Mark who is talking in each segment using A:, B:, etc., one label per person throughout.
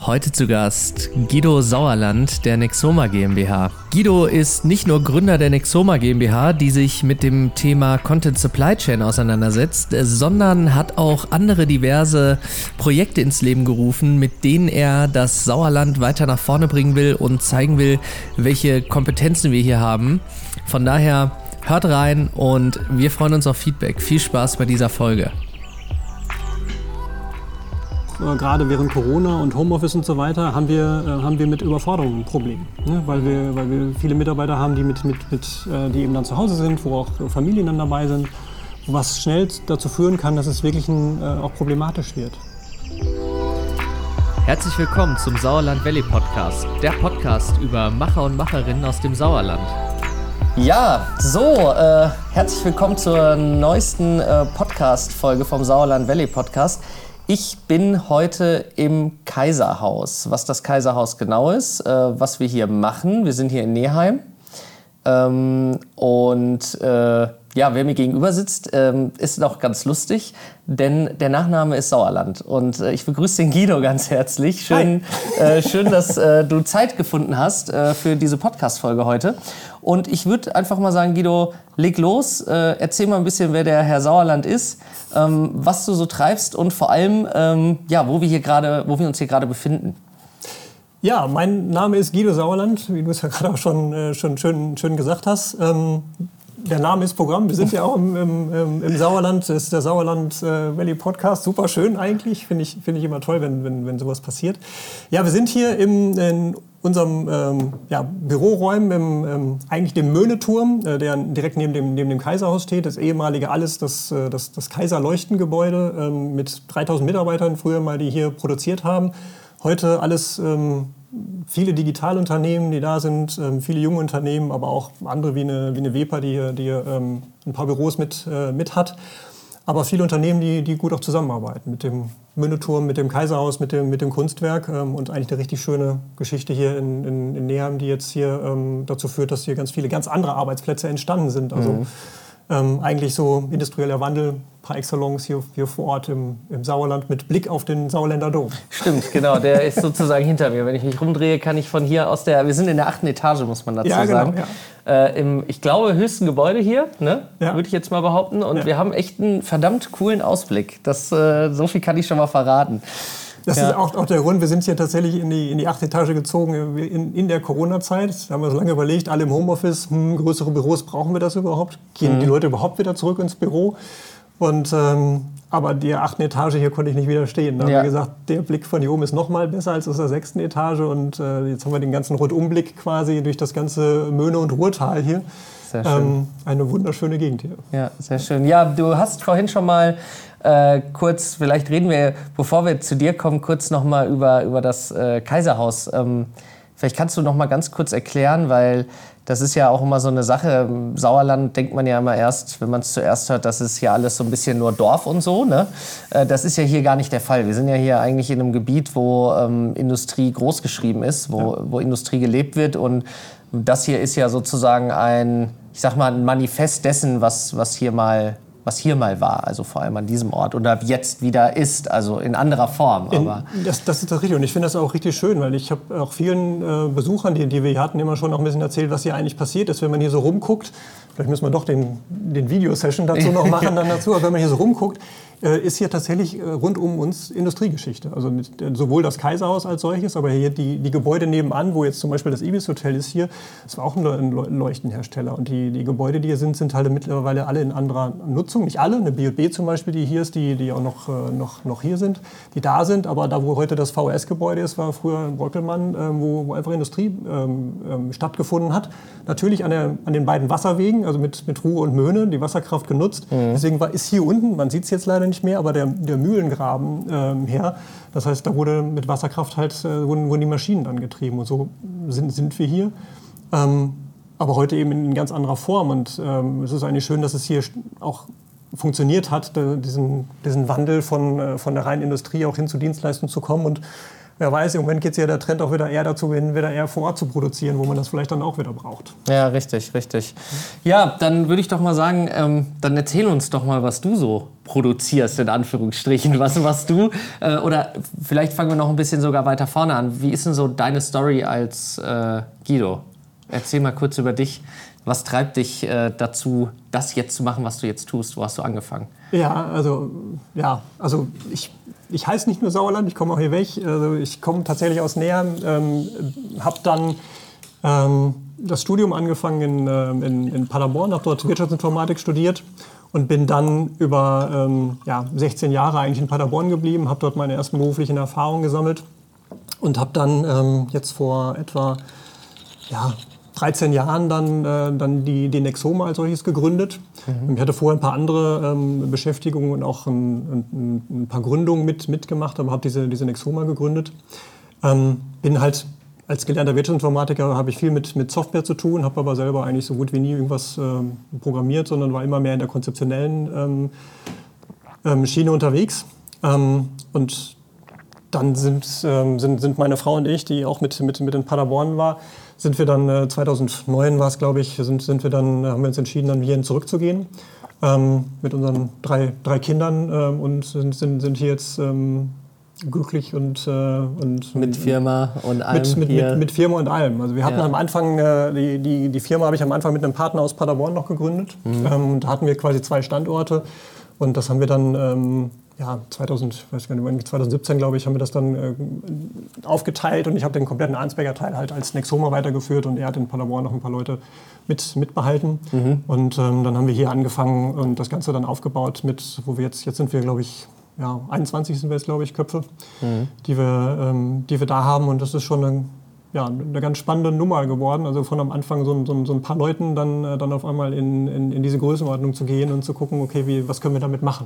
A: Heute zu Gast Guido Sauerland der Nexoma GmbH. Guido ist nicht nur Gründer der Nexoma GmbH, die sich mit dem Thema Content Supply Chain auseinandersetzt, sondern hat auch andere diverse Projekte ins Leben gerufen, mit denen er das Sauerland weiter nach vorne bringen will und zeigen will, welche Kompetenzen wir hier haben. Von daher hört rein und wir freuen uns auf Feedback. Viel Spaß bei dieser Folge.
B: Gerade während Corona und Homeoffice und so weiter haben wir mit Überforderung ein Problem, ne? weil wir viele Mitarbeiter haben, die eben dann zu Hause sind, wo auch Familien dann dabei sind, was schnell dazu führen kann, dass es wirklich auch problematisch wird.
A: Herzlich willkommen zum Sauerland Valley Podcast, der Podcast über Macher und Macherinnen aus dem Sauerland. Ja, so, herzlich willkommen zur neuesten Podcast-Folge vom Sauerland Valley Podcast. Ich bin heute im Kaiserhaus. Was das Kaiserhaus genau ist, was wir hier machen. Wir sind hier in Neheim. Wer mir gegenüber sitzt, ist noch ganz lustig, denn der Nachname ist Sauerland. Und ich begrüße den Guido ganz herzlich. Schön, dass du Zeit gefunden hast für diese Podcast-Folge heute. Und ich würde einfach mal sagen, Guido, leg los, erzähl mal ein bisschen, wer der Herr Sauerland ist, was du so treibst und vor allem, wo wir uns hier gerade befinden.
B: Ja, mein Name ist Guido Sauerland, wie du es ja gerade auch schon schön gesagt hast. Der Name ist Programm. Wir sind ja auch im Sauerland. Das ist der Sauerland Valley Podcast. Super schön eigentlich. Finde ich immer toll, wenn sowas passiert. Ja, wir sind hier in unserem Büroräumen, eigentlich dem Möhneturm, der direkt neben dem Kaiserhaus steht. Das ehemalige das Kaiserleuchtengebäude mit 3000 Mitarbeitern früher mal, die hier produziert haben. Heute alles viele Digitalunternehmen, die da sind, viele junge Unternehmen, aber auch andere wie eine Wepa, die ein paar Büros mit hat. Aber viele Unternehmen, die gut auch zusammenarbeiten mit dem Möhneturm, mit dem Kaiserhaus, mit dem Kunstwerk und eigentlich eine richtig schöne Geschichte hier in Neheim, die jetzt hier dazu führt, dass hier ganz viele ganz andere Arbeitsplätze entstanden sind. Also eigentlich so industrieller Wandel par excellence hier vor Ort im Sauerland mit Blick auf den Sauerländer Dom.
A: Stimmt, genau, der ist sozusagen hinter mir. Wenn ich mich rumdrehe, kann ich von hier aus wir sind in der 8. Etage, muss man dazu sagen. Ja. Im, ich glaube, höchsten Gebäude hier, ne? Ja. Würde ich jetzt mal behaupten. Und wir haben echt einen verdammt coolen Ausblick. So viel kann ich schon mal verraten.
B: Das ist auch der Grund, wir sind hier tatsächlich in die 8. Etage gezogen in der Corona-Zeit. Da haben wir so lange überlegt, alle im Homeoffice, größere Büros, brauchen wir das überhaupt? Gehen die Leute überhaupt wieder zurück ins Büro? Und, aber die 8. Etage hier konnte ich nicht widerstehen. Da haben wir gesagt, der Blick von hier oben ist noch mal besser als aus der 6. Etage. Und jetzt haben wir den ganzen Rundumblick quasi durch das ganze Möhne- und Ruhrtal hier.
A: Sehr schön.
B: Eine wunderschöne Gegend hier.
A: Ja, sehr schön. Ja, du hast vorhin schon mal kurz, vielleicht reden wir, bevor wir zu dir kommen, kurz noch mal über das Kaiserhaus. Vielleicht kannst du noch mal ganz kurz erklären, weil das ist ja auch immer so eine Sache. Im Sauerland denkt man ja immer erst, wenn man es zuerst hört, das ist ja alles so ein bisschen nur Dorf und so, ne? Das ist ja hier gar nicht der Fall. Wir sind ja hier eigentlich in einem Gebiet, wo Industrie großgeschrieben ist, wo Industrie gelebt wird. Und das hier ist ja sozusagen ein Manifest dessen, was hier mal war, also vor allem an diesem Ort oder jetzt wieder ist, also in anderer Form. Aber
B: das ist das richtig und ich finde das auch richtig schön, weil ich habe auch vielen Besuchern, die wir hier hatten, immer schon auch ein bisschen erzählt, was hier eigentlich passiert ist, wenn man hier so rumguckt. Vielleicht müssen wir doch den Videosession dazu noch machen dann dazu, aber wenn man hier so rumguckt, ist hier tatsächlich rund um uns Industriegeschichte. Also sowohl das Kaiserhaus als solches, aber hier die Gebäude nebenan, wo jetzt zum Beispiel das Ibis Hotel ist hier, das war auch ein Leuchtenhersteller. Und die Gebäude, die hier sind halt mittlerweile alle in anderer Nutzung. Nicht alle, eine B&B zum Beispiel, die hier ist, die auch noch hier sind, die da sind. Aber da, wo heute das VHS-Gebäude ist, war früher ein Brockelmann, wo einfach Industrie stattgefunden hat. Natürlich an den beiden Wasserwegen, also mit Ruhr und Möhne, die Wasserkraft genutzt. Deswegen ist hier unten, man sieht es jetzt leider nicht mehr, aber der Mühlengraben her. Das heißt, da wurde mit Wasserkraft wurden die Maschinen dann getrieben. Und so sind wir hier. Aber heute eben in ganz anderer Form. Und es ist eigentlich schön, dass es hier auch funktioniert hat, diesen Wandel von der reinen Industrie auch hin zu Dienstleistungen zu kommen. Und wer weiß, im Moment geht es ja der Trend auch wieder eher dazu hin, wieder eher vor Ort zu produzieren, wo man das vielleicht dann auch wieder braucht.
A: Ja, richtig. Ja, dann würde ich doch mal sagen, dann erzähl uns doch mal, was du so produzierst, in Anführungsstrichen. Was machst du? Oder vielleicht fangen wir noch ein bisschen sogar weiter vorne an. Wie ist denn so deine Story als Guido? Erzähl mal kurz über dich. Was treibt dich dazu, das jetzt zu machen, was du jetzt tust? Wo hast du angefangen?
B: Also ich heiße nicht nur Sauerland, ich komme auch hier weg. Also ich komme tatsächlich aus Neheim, habe dann das Studium angefangen in Paderborn, habe dort Wirtschaftsinformatik studiert und bin dann über 16 Jahre eigentlich in Paderborn geblieben, habe dort meine ersten beruflichen Erfahrungen gesammelt und habe dann jetzt vor etwa 13 Jahren dann die Nexoma als solches gegründet. Ich hatte vorher ein paar andere Beschäftigungen und auch ein paar Gründungen mitgemacht, aber habe diese Nexoma gegründet. Bin halt als gelernter Wirtschaftsinformatiker, habe ich viel mit Software zu tun, habe aber selber eigentlich so gut wie nie irgendwas programmiert, sondern war immer mehr in der konzeptionellen Schiene unterwegs. Und dann sind meine Frau und ich, die auch mit in Paderborn war, sind wir dann 2009 war es, glaube ich, haben wir uns entschieden, dann hierhin zurückzugehen mit unseren drei Kindern und sind hier jetzt glücklich und
A: mit Firma und allem
B: mit Firma und allem. Also wir hatten am Anfang die Firma habe ich am Anfang mit einem Partner aus Paderborn noch gegründet. Da hatten wir quasi 2 Standorte und das haben wir dann 2017, glaube ich, haben wir das dann aufgeteilt und ich habe den kompletten Arnsberger Teil halt als Nexoma weitergeführt und er hat in Paderborn noch ein paar Leute mitbehalten. Und dann haben wir hier angefangen und das Ganze dann aufgebaut wo wir jetzt sind wir, glaube ich, 21 sind wir jetzt, glaube ich, Köpfe, die wir da haben und das ist schon eine ganz spannende Nummer geworden. Also von am Anfang so ein paar Leuten dann auf einmal in diese Größenordnung zu gehen und zu gucken, okay, was können wir damit machen.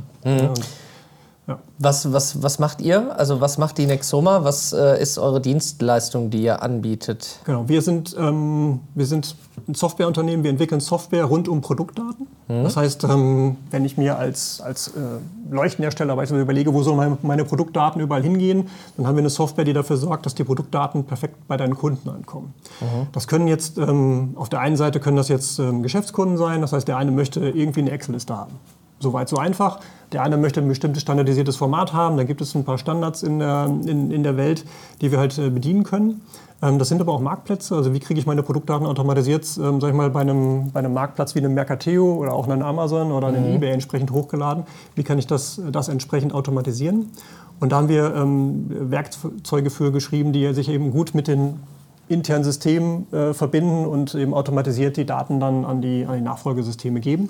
A: Ja. Was macht ihr? Also was macht die Nexoma? Was ist eure Dienstleistung, die ihr anbietet?
B: Genau, wir sind ein Softwareunternehmen, wir entwickeln Software rund um Produktdaten. Das heißt, wenn ich mir als Leuchtenhersteller beispielsweise überlege, wo sollen meine Produktdaten überall hingehen, dann haben wir eine Software, die dafür sorgt, dass die Produktdaten perfekt bei deinen Kunden ankommen. Das können jetzt, auf der einen Seite können das jetzt Geschäftskunden sein, das heißt, der eine möchte irgendwie eine Excel-Liste haben. Soweit so einfach. Der eine möchte ein bestimmtes standardisiertes Format haben. Da gibt es ein paar Standards in der Welt, die wir halt bedienen können. Das sind aber auch Marktplätze. Also wie kriege ich meine Produktdaten automatisiert, sag ich mal, bei einem Marktplatz wie einem Mercateo oder auch einem Amazon oder einem eBay entsprechend hochgeladen. Wie kann ich das entsprechend automatisieren? Und da haben wir Werkzeuge für geschrieben, die sich eben gut mit den internen Systemen verbinden und eben automatisiert die Daten dann an die Nachfolgesysteme geben.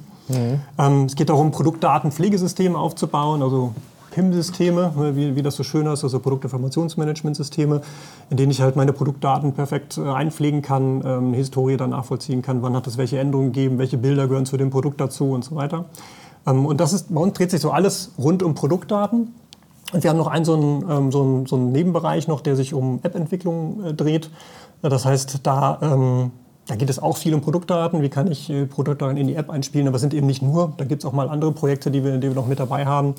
B: Es geht darum, Produktdatenpflegesysteme aufzubauen, also PIM-Systeme, wie das so schön heißt, also Produktinformationsmanagementsysteme, in denen ich halt meine Produktdaten perfekt einpflegen kann, eine Historie dann nachvollziehen kann, wann hat es welche Änderungen gegeben, welche Bilder gehören zu dem Produkt dazu und so weiter. Und bei uns dreht sich so alles rund um Produktdaten. Und wir haben noch so einen Nebenbereich noch, der sich um App-Entwicklung dreht. Das heißt, da geht es auch viel um Produktdaten. Wie kann ich Produktdaten in die App einspielen? Aber es sind eben nicht nur. Da gibt es auch mal andere Projekte, die wir noch mit dabei haben.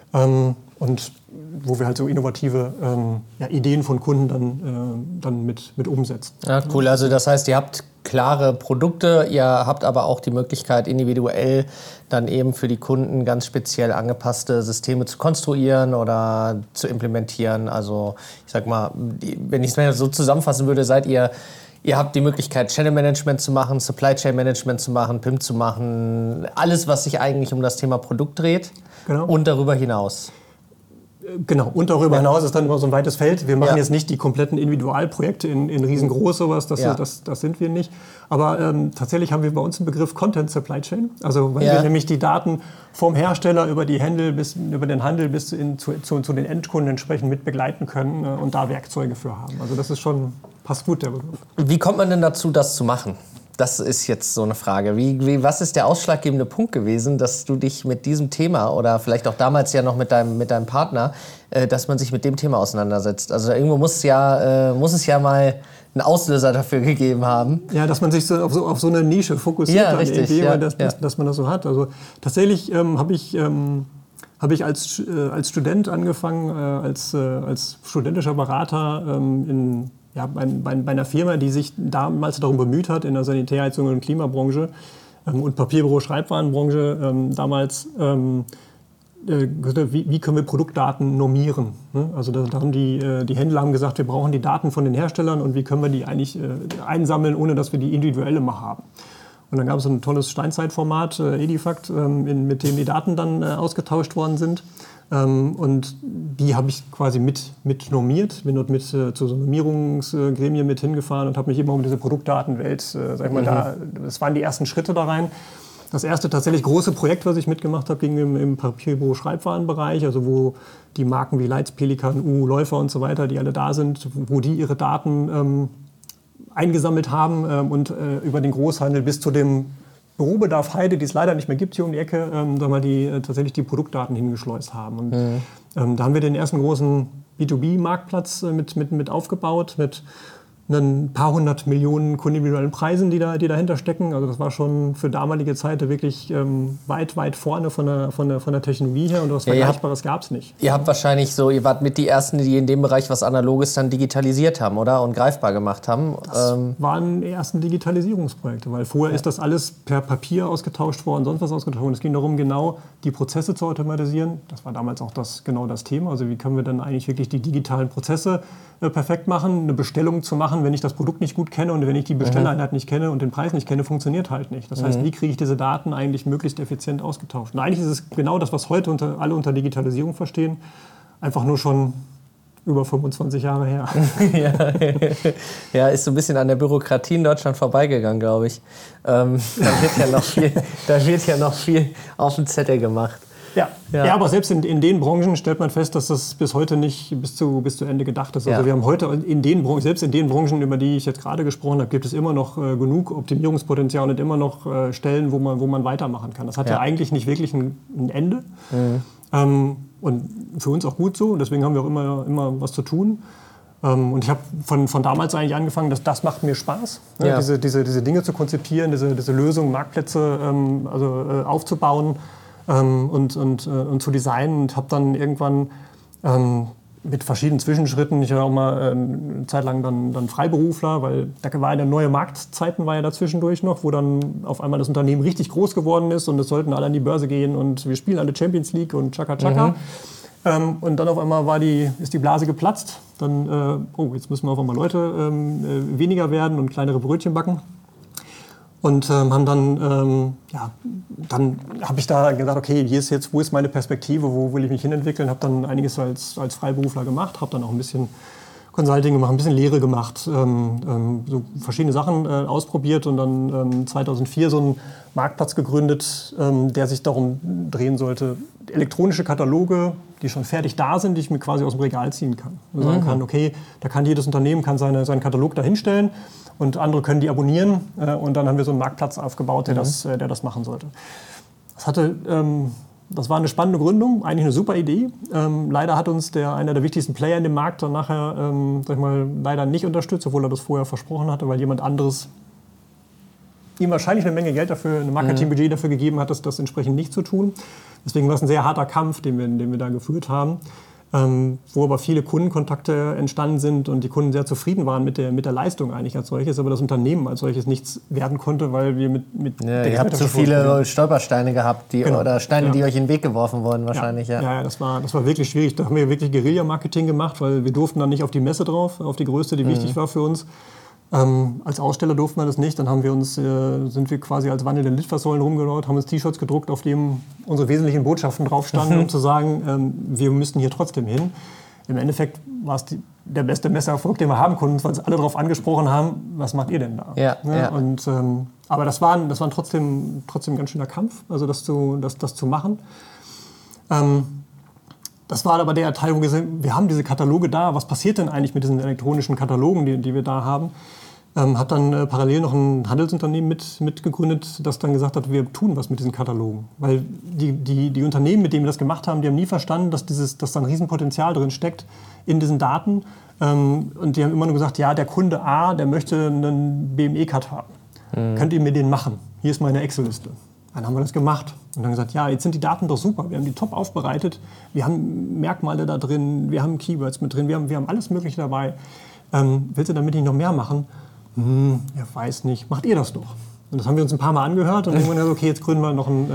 B: Und wo wir halt so innovative Ideen von Kunden dann mit umsetzen.
A: Ja, cool. Also das heißt, ihr habt klare Produkte, ihr habt aber auch die Möglichkeit, individuell dann eben für die Kunden ganz speziell angepasste Systeme zu konstruieren oder zu implementieren. Also ich sag mal, wenn ich es mir so zusammenfassen würde, ihr habt die Möglichkeit, Channel Management zu machen, Supply Chain Management zu machen, PIM zu machen, alles, was sich eigentlich um das Thema Produkt dreht. Genau. Und darüber hinaus.
B: Genau, und darüber hinaus ist dann immer so ein weites Feld. Wir machen jetzt nicht die kompletten Individualprojekte in riesengroß sowas, das sind wir nicht. Aber tatsächlich haben wir bei uns den Begriff Content Supply Chain. Also weil wir nämlich die Daten vom Hersteller über den Handel bis zu den Endkunden entsprechend mit begleiten können und da Werkzeuge für haben. Also das ist passt gut, der Begriff.
A: Wie kommt man denn dazu, das zu machen? Das ist jetzt so eine Frage. Was ist der ausschlaggebende Punkt gewesen, dass du dich mit diesem Thema oder vielleicht auch damals ja noch mit deinem Partner, dass man sich mit dem Thema auseinandersetzt? Also irgendwo muss es ja mal einen Auslöser dafür gegeben haben.
B: Ja, dass man sich auf so eine Nische fokussiert.
A: Ja, richtig.
B: Dass man das so hat. Also tatsächlich habe ich habe ich als Student angefangen, als studentischer Berater bei einer Firma, die sich damals darum bemüht hat, in der Sanitärheizung und Klimabranche und Papierbüro, Schreibwarenbranche damals, wie können wir Produktdaten normieren? Ne? Also da haben die Händler haben gesagt, wir brauchen die Daten von den Herstellern und wie können wir die eigentlich einsammeln, ohne dass wir die individuell immer haben. Und dann gab es ein tolles Steinzeitformat, Edifact, mit dem die Daten dann ausgetauscht worden sind. Und die habe ich quasi mit normiert, bin dort zu so Normierungsgremien mit hingefahren und habe mich immer um diese Produktdatenwelt, das waren die ersten Schritte da rein. Das erste tatsächlich große Projekt, was ich mitgemacht habe, ging im Papierbüro-Schreibwarenbereich, also wo die Marken wie Leitz, Pelikan, Läufer und so weiter, die alle da sind, wo die ihre Daten eingesammelt haben und über den Großhandel bis zu dem Bürobedarf Heide, die es leider nicht mehr gibt hier um die Ecke, tatsächlich die Produktdaten hingeschleust haben. Und da haben wir den ersten großen B2B-Marktplatz mit aufgebaut, mit ein paar 100 Millionen kundenindividuellen Preisen, die dahinter stecken. Also das war schon für damalige Zeit wirklich weit vorne von der Technologie her und was Vergleichbares gab es nicht.
A: Ihr habt wahrscheinlich ihr wart mit die Ersten, die in dem Bereich was Analoges dann digitalisiert haben, oder? Und greifbar gemacht haben.
B: Das waren die ersten Digitalisierungsprojekte, weil vorher ist das alles per Papier ausgetauscht worden, sonst was ausgetauscht worden. Es ging darum, genau die Prozesse zu automatisieren. Das war damals auch genau das Thema. Also wie können wir dann eigentlich wirklich die digitalen Prozesse perfekt machen, eine Bestellung zu machen, wenn ich das Produkt nicht gut kenne und wenn ich die Bestelleinheit nicht kenne und den Preis nicht kenne, funktioniert halt nicht. Das heißt, wie kriege ich diese Daten eigentlich möglichst effizient ausgetauscht? Und eigentlich ist es genau das, was heute alle unter Digitalisierung verstehen, einfach nur schon über 25 Jahre her.
A: Ja, ist so ein bisschen an der Bürokratie in Deutschland vorbeigegangen, glaube ich. Da wird ja noch viel auf dem Zettel gemacht.
B: Ja, aber selbst in den Branchen stellt man fest, dass das bis heute nicht bis zu Ende gedacht ist. Also wir haben heute selbst in den Branchen, über die ich jetzt gerade gesprochen habe, gibt es immer noch genug Optimierungspotenzial und immer noch Stellen, wo man weitermachen kann. Das hat ja eigentlich nicht wirklich ein Ende. Und für uns auch gut so. Und deswegen haben wir auch immer was zu tun. Und ich habe von damals eigentlich angefangen, das macht mir Spaß, diese Dinge zu konzipieren, diese Lösungen, Marktplätze aufzubauen. Und zu designen und habe dann irgendwann mit verschiedenen Zwischenschritten, ich war auch mal eine Zeit lang dann Freiberufler, weil da war eine neue Marktzeiten war ja dazwischendurch noch, wo dann auf einmal das Unternehmen richtig groß geworden ist und es sollten alle an die Börse gehen und wir spielen alle Champions League und Chaka Chaka. Und dann auf einmal ist die Blase geplatzt, dann jetzt müssen wir auf einmal Leute weniger werden und kleinere Brötchen backen. Und haben dann habe ich da gedacht, okay, wo ist meine Perspektive, wo will ich mich hinentwickeln? Habe dann einiges als Freiberufler gemacht, habe dann auch ein bisschen Consulting gemacht, ein bisschen Lehre gemacht, so verschiedene Sachen ausprobiert und dann 2004 so einen Marktplatz gegründet, der sich darum drehen sollte, elektronische Kataloge, die schon fertig da sind, die ich mir quasi aus dem Regal ziehen kann. Und sagen kann, okay, da kann jedes Unternehmen seinen Katalog da hinstellen. Und andere können die abonnieren. Und dann haben wir so einen Marktplatz aufgebaut, der das machen sollte. Das war eine spannende Gründung, eigentlich eine super Idee. Leider hat uns einer der wichtigsten Player in dem Markt dann nachher leider nicht unterstützt, obwohl er das vorher versprochen hatte, weil jemand anderes ihm wahrscheinlich eine Menge Geld ein Marketingbudget dafür gegeben hat, das entsprechend nicht zu tun. Deswegen war es ein sehr harter Kampf, den wir da geführt haben. Wo aber viele Kundenkontakte entstanden sind und die Kunden sehr zufrieden waren mit der Leistung eigentlich als solches, aber das Unternehmen als solches nichts werden konnte, weil wir
A: ihr habt zu viele Stolpersteine gehabt, oder Steine, die euch in den Weg geworfen wurden wahrscheinlich.
B: Ja, das war wirklich schwierig. Da haben wir wirklich Guerilla-Marketing gemacht, weil wir durften dann nicht auf die Messe drauf, auf die größte, die wichtig war für uns. Als Aussteller durften wir das nicht. Dann sind wir quasi als wandelnde Litfaßsäulen rumgelaufen, haben uns T-Shirts gedruckt, auf denen unsere wesentlichen Botschaften drauf standen, um zu sagen, wir müssen hier trotzdem hin. Im Endeffekt war es der beste Messeerfolg, den wir haben konnten, weil uns alle darauf angesprochen haben, was macht ihr denn da? Und, aber das war trotzdem ganz schöner Kampf, also das zu machen. Das war aber der Teil, wo wir haben diese Kataloge da. Was passiert denn eigentlich mit diesen elektronischen Katalogen, die wir da haben? Hat dann parallel noch ein Handelsunternehmen mitgegründet, das dann gesagt hat, wir tun was mit diesen Katalogen. Weil die Unternehmen, mit denen wir das gemacht haben, die haben nie verstanden, dass da ein Riesenpotenzial drin steckt in diesen Daten. Und die haben immer nur gesagt, ja, der Kunde A, der möchte einen BME-Cut haben. Könnt ihr mir den machen? Hier ist meine Excel-Liste. Dann haben wir das gemacht und dann gesagt, ja, jetzt sind die Daten doch super, wir haben die top aufbereitet, wir haben Merkmale da drin, wir haben Keywords mit drin, wir haben alles Mögliche dabei. Willst du damit nicht noch mehr machen? Ja, weiß nicht, macht ihr das doch. Und das haben wir uns ein paar Mal angehört und irgendwann gesagt, okay, jetzt gründen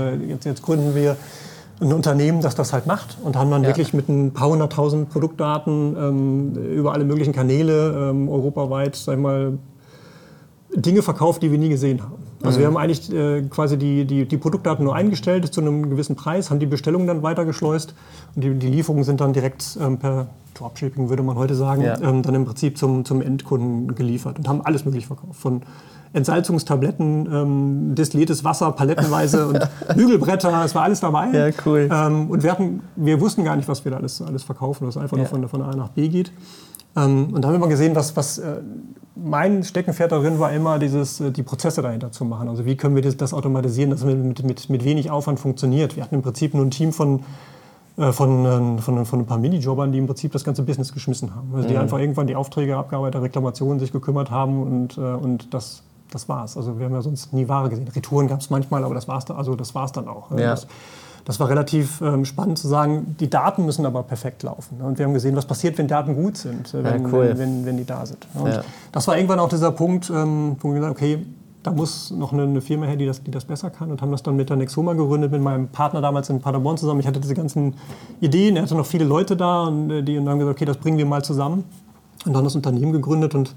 B: wir ein Unternehmen, das das halt macht und haben dann wirklich mit ein paar 100.000 Produktdaten über alle möglichen Kanäle europaweit, sag ich mal, Dinge verkauft, die wir nie gesehen haben. Also wir haben eigentlich quasi die Produktdaten nur eingestellt zu einem gewissen Preis, haben die Bestellungen dann weitergeschleust und die Lieferungen sind dann direkt per Dropshipping, würde man heute sagen, dann im Prinzip zum Endkunden geliefert und haben alles möglich verkauft. Von Entsalzungstabletten, destilliertes Wasser, palettenweise und Bügelbretter, es war alles dabei.
A: Ja, cool.
B: Und wir wussten gar nicht, was wir da alles verkaufen, dass es einfach nur von A nach B geht. Und da haben wir mal gesehen, was mein Steckenpferd darin war immer, die Prozesse dahinter zu machen. Also wie können wir das automatisieren, dass es mit wenig Aufwand funktioniert. Wir hatten im Prinzip nur ein Team von ein paar Minijobbern, die im Prinzip das ganze Business geschmissen haben. Also die einfach irgendwann die Aufträge abgearbeitet, Reklamationen sich gekümmert haben und das war's. Also wir haben ja sonst nie Ware gesehen. Retouren gab es manchmal, aber das war's dann auch.
A: Ja.
B: Das war relativ spannend zu sagen, die Daten müssen aber perfekt laufen. Und wir haben gesehen, was passiert, wenn Daten gut sind, wenn die da sind. Und das war irgendwann auch dieser Punkt, wo wir gesagt haben, okay, da muss noch eine Firma her, die das besser kann. Und haben das dann mit der Nexoma gegründet, mit meinem Partner damals in Paderborn zusammen. Ich hatte diese ganzen Ideen, er hatte noch viele Leute da und haben gesagt, okay, das bringen wir mal zusammen. Und dann das Unternehmen gegründet und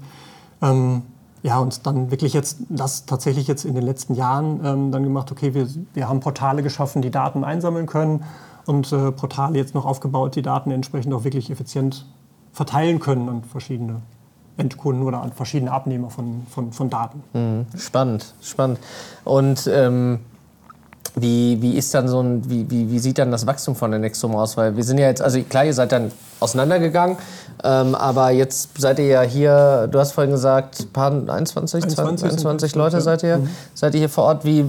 B: uns dann wirklich das tatsächlich jetzt in den letzten Jahren dann gemacht, okay, wir haben Portale geschaffen, die Daten einsammeln können und Portale jetzt noch aufgebaut, die Daten entsprechend auch wirklich effizient verteilen können an verschiedene Endkunden oder an verschiedene Abnehmer von Daten.
A: Spannend. Und wie ist dann wie sieht dann das Wachstum von der Nexoma aus? Weil wir sind ja jetzt, also klar, ihr seid dann auseinandergegangen, aber jetzt seid ihr ja hier, du hast vorhin gesagt, 21 Leute seid ihr hier vor Ort. Wie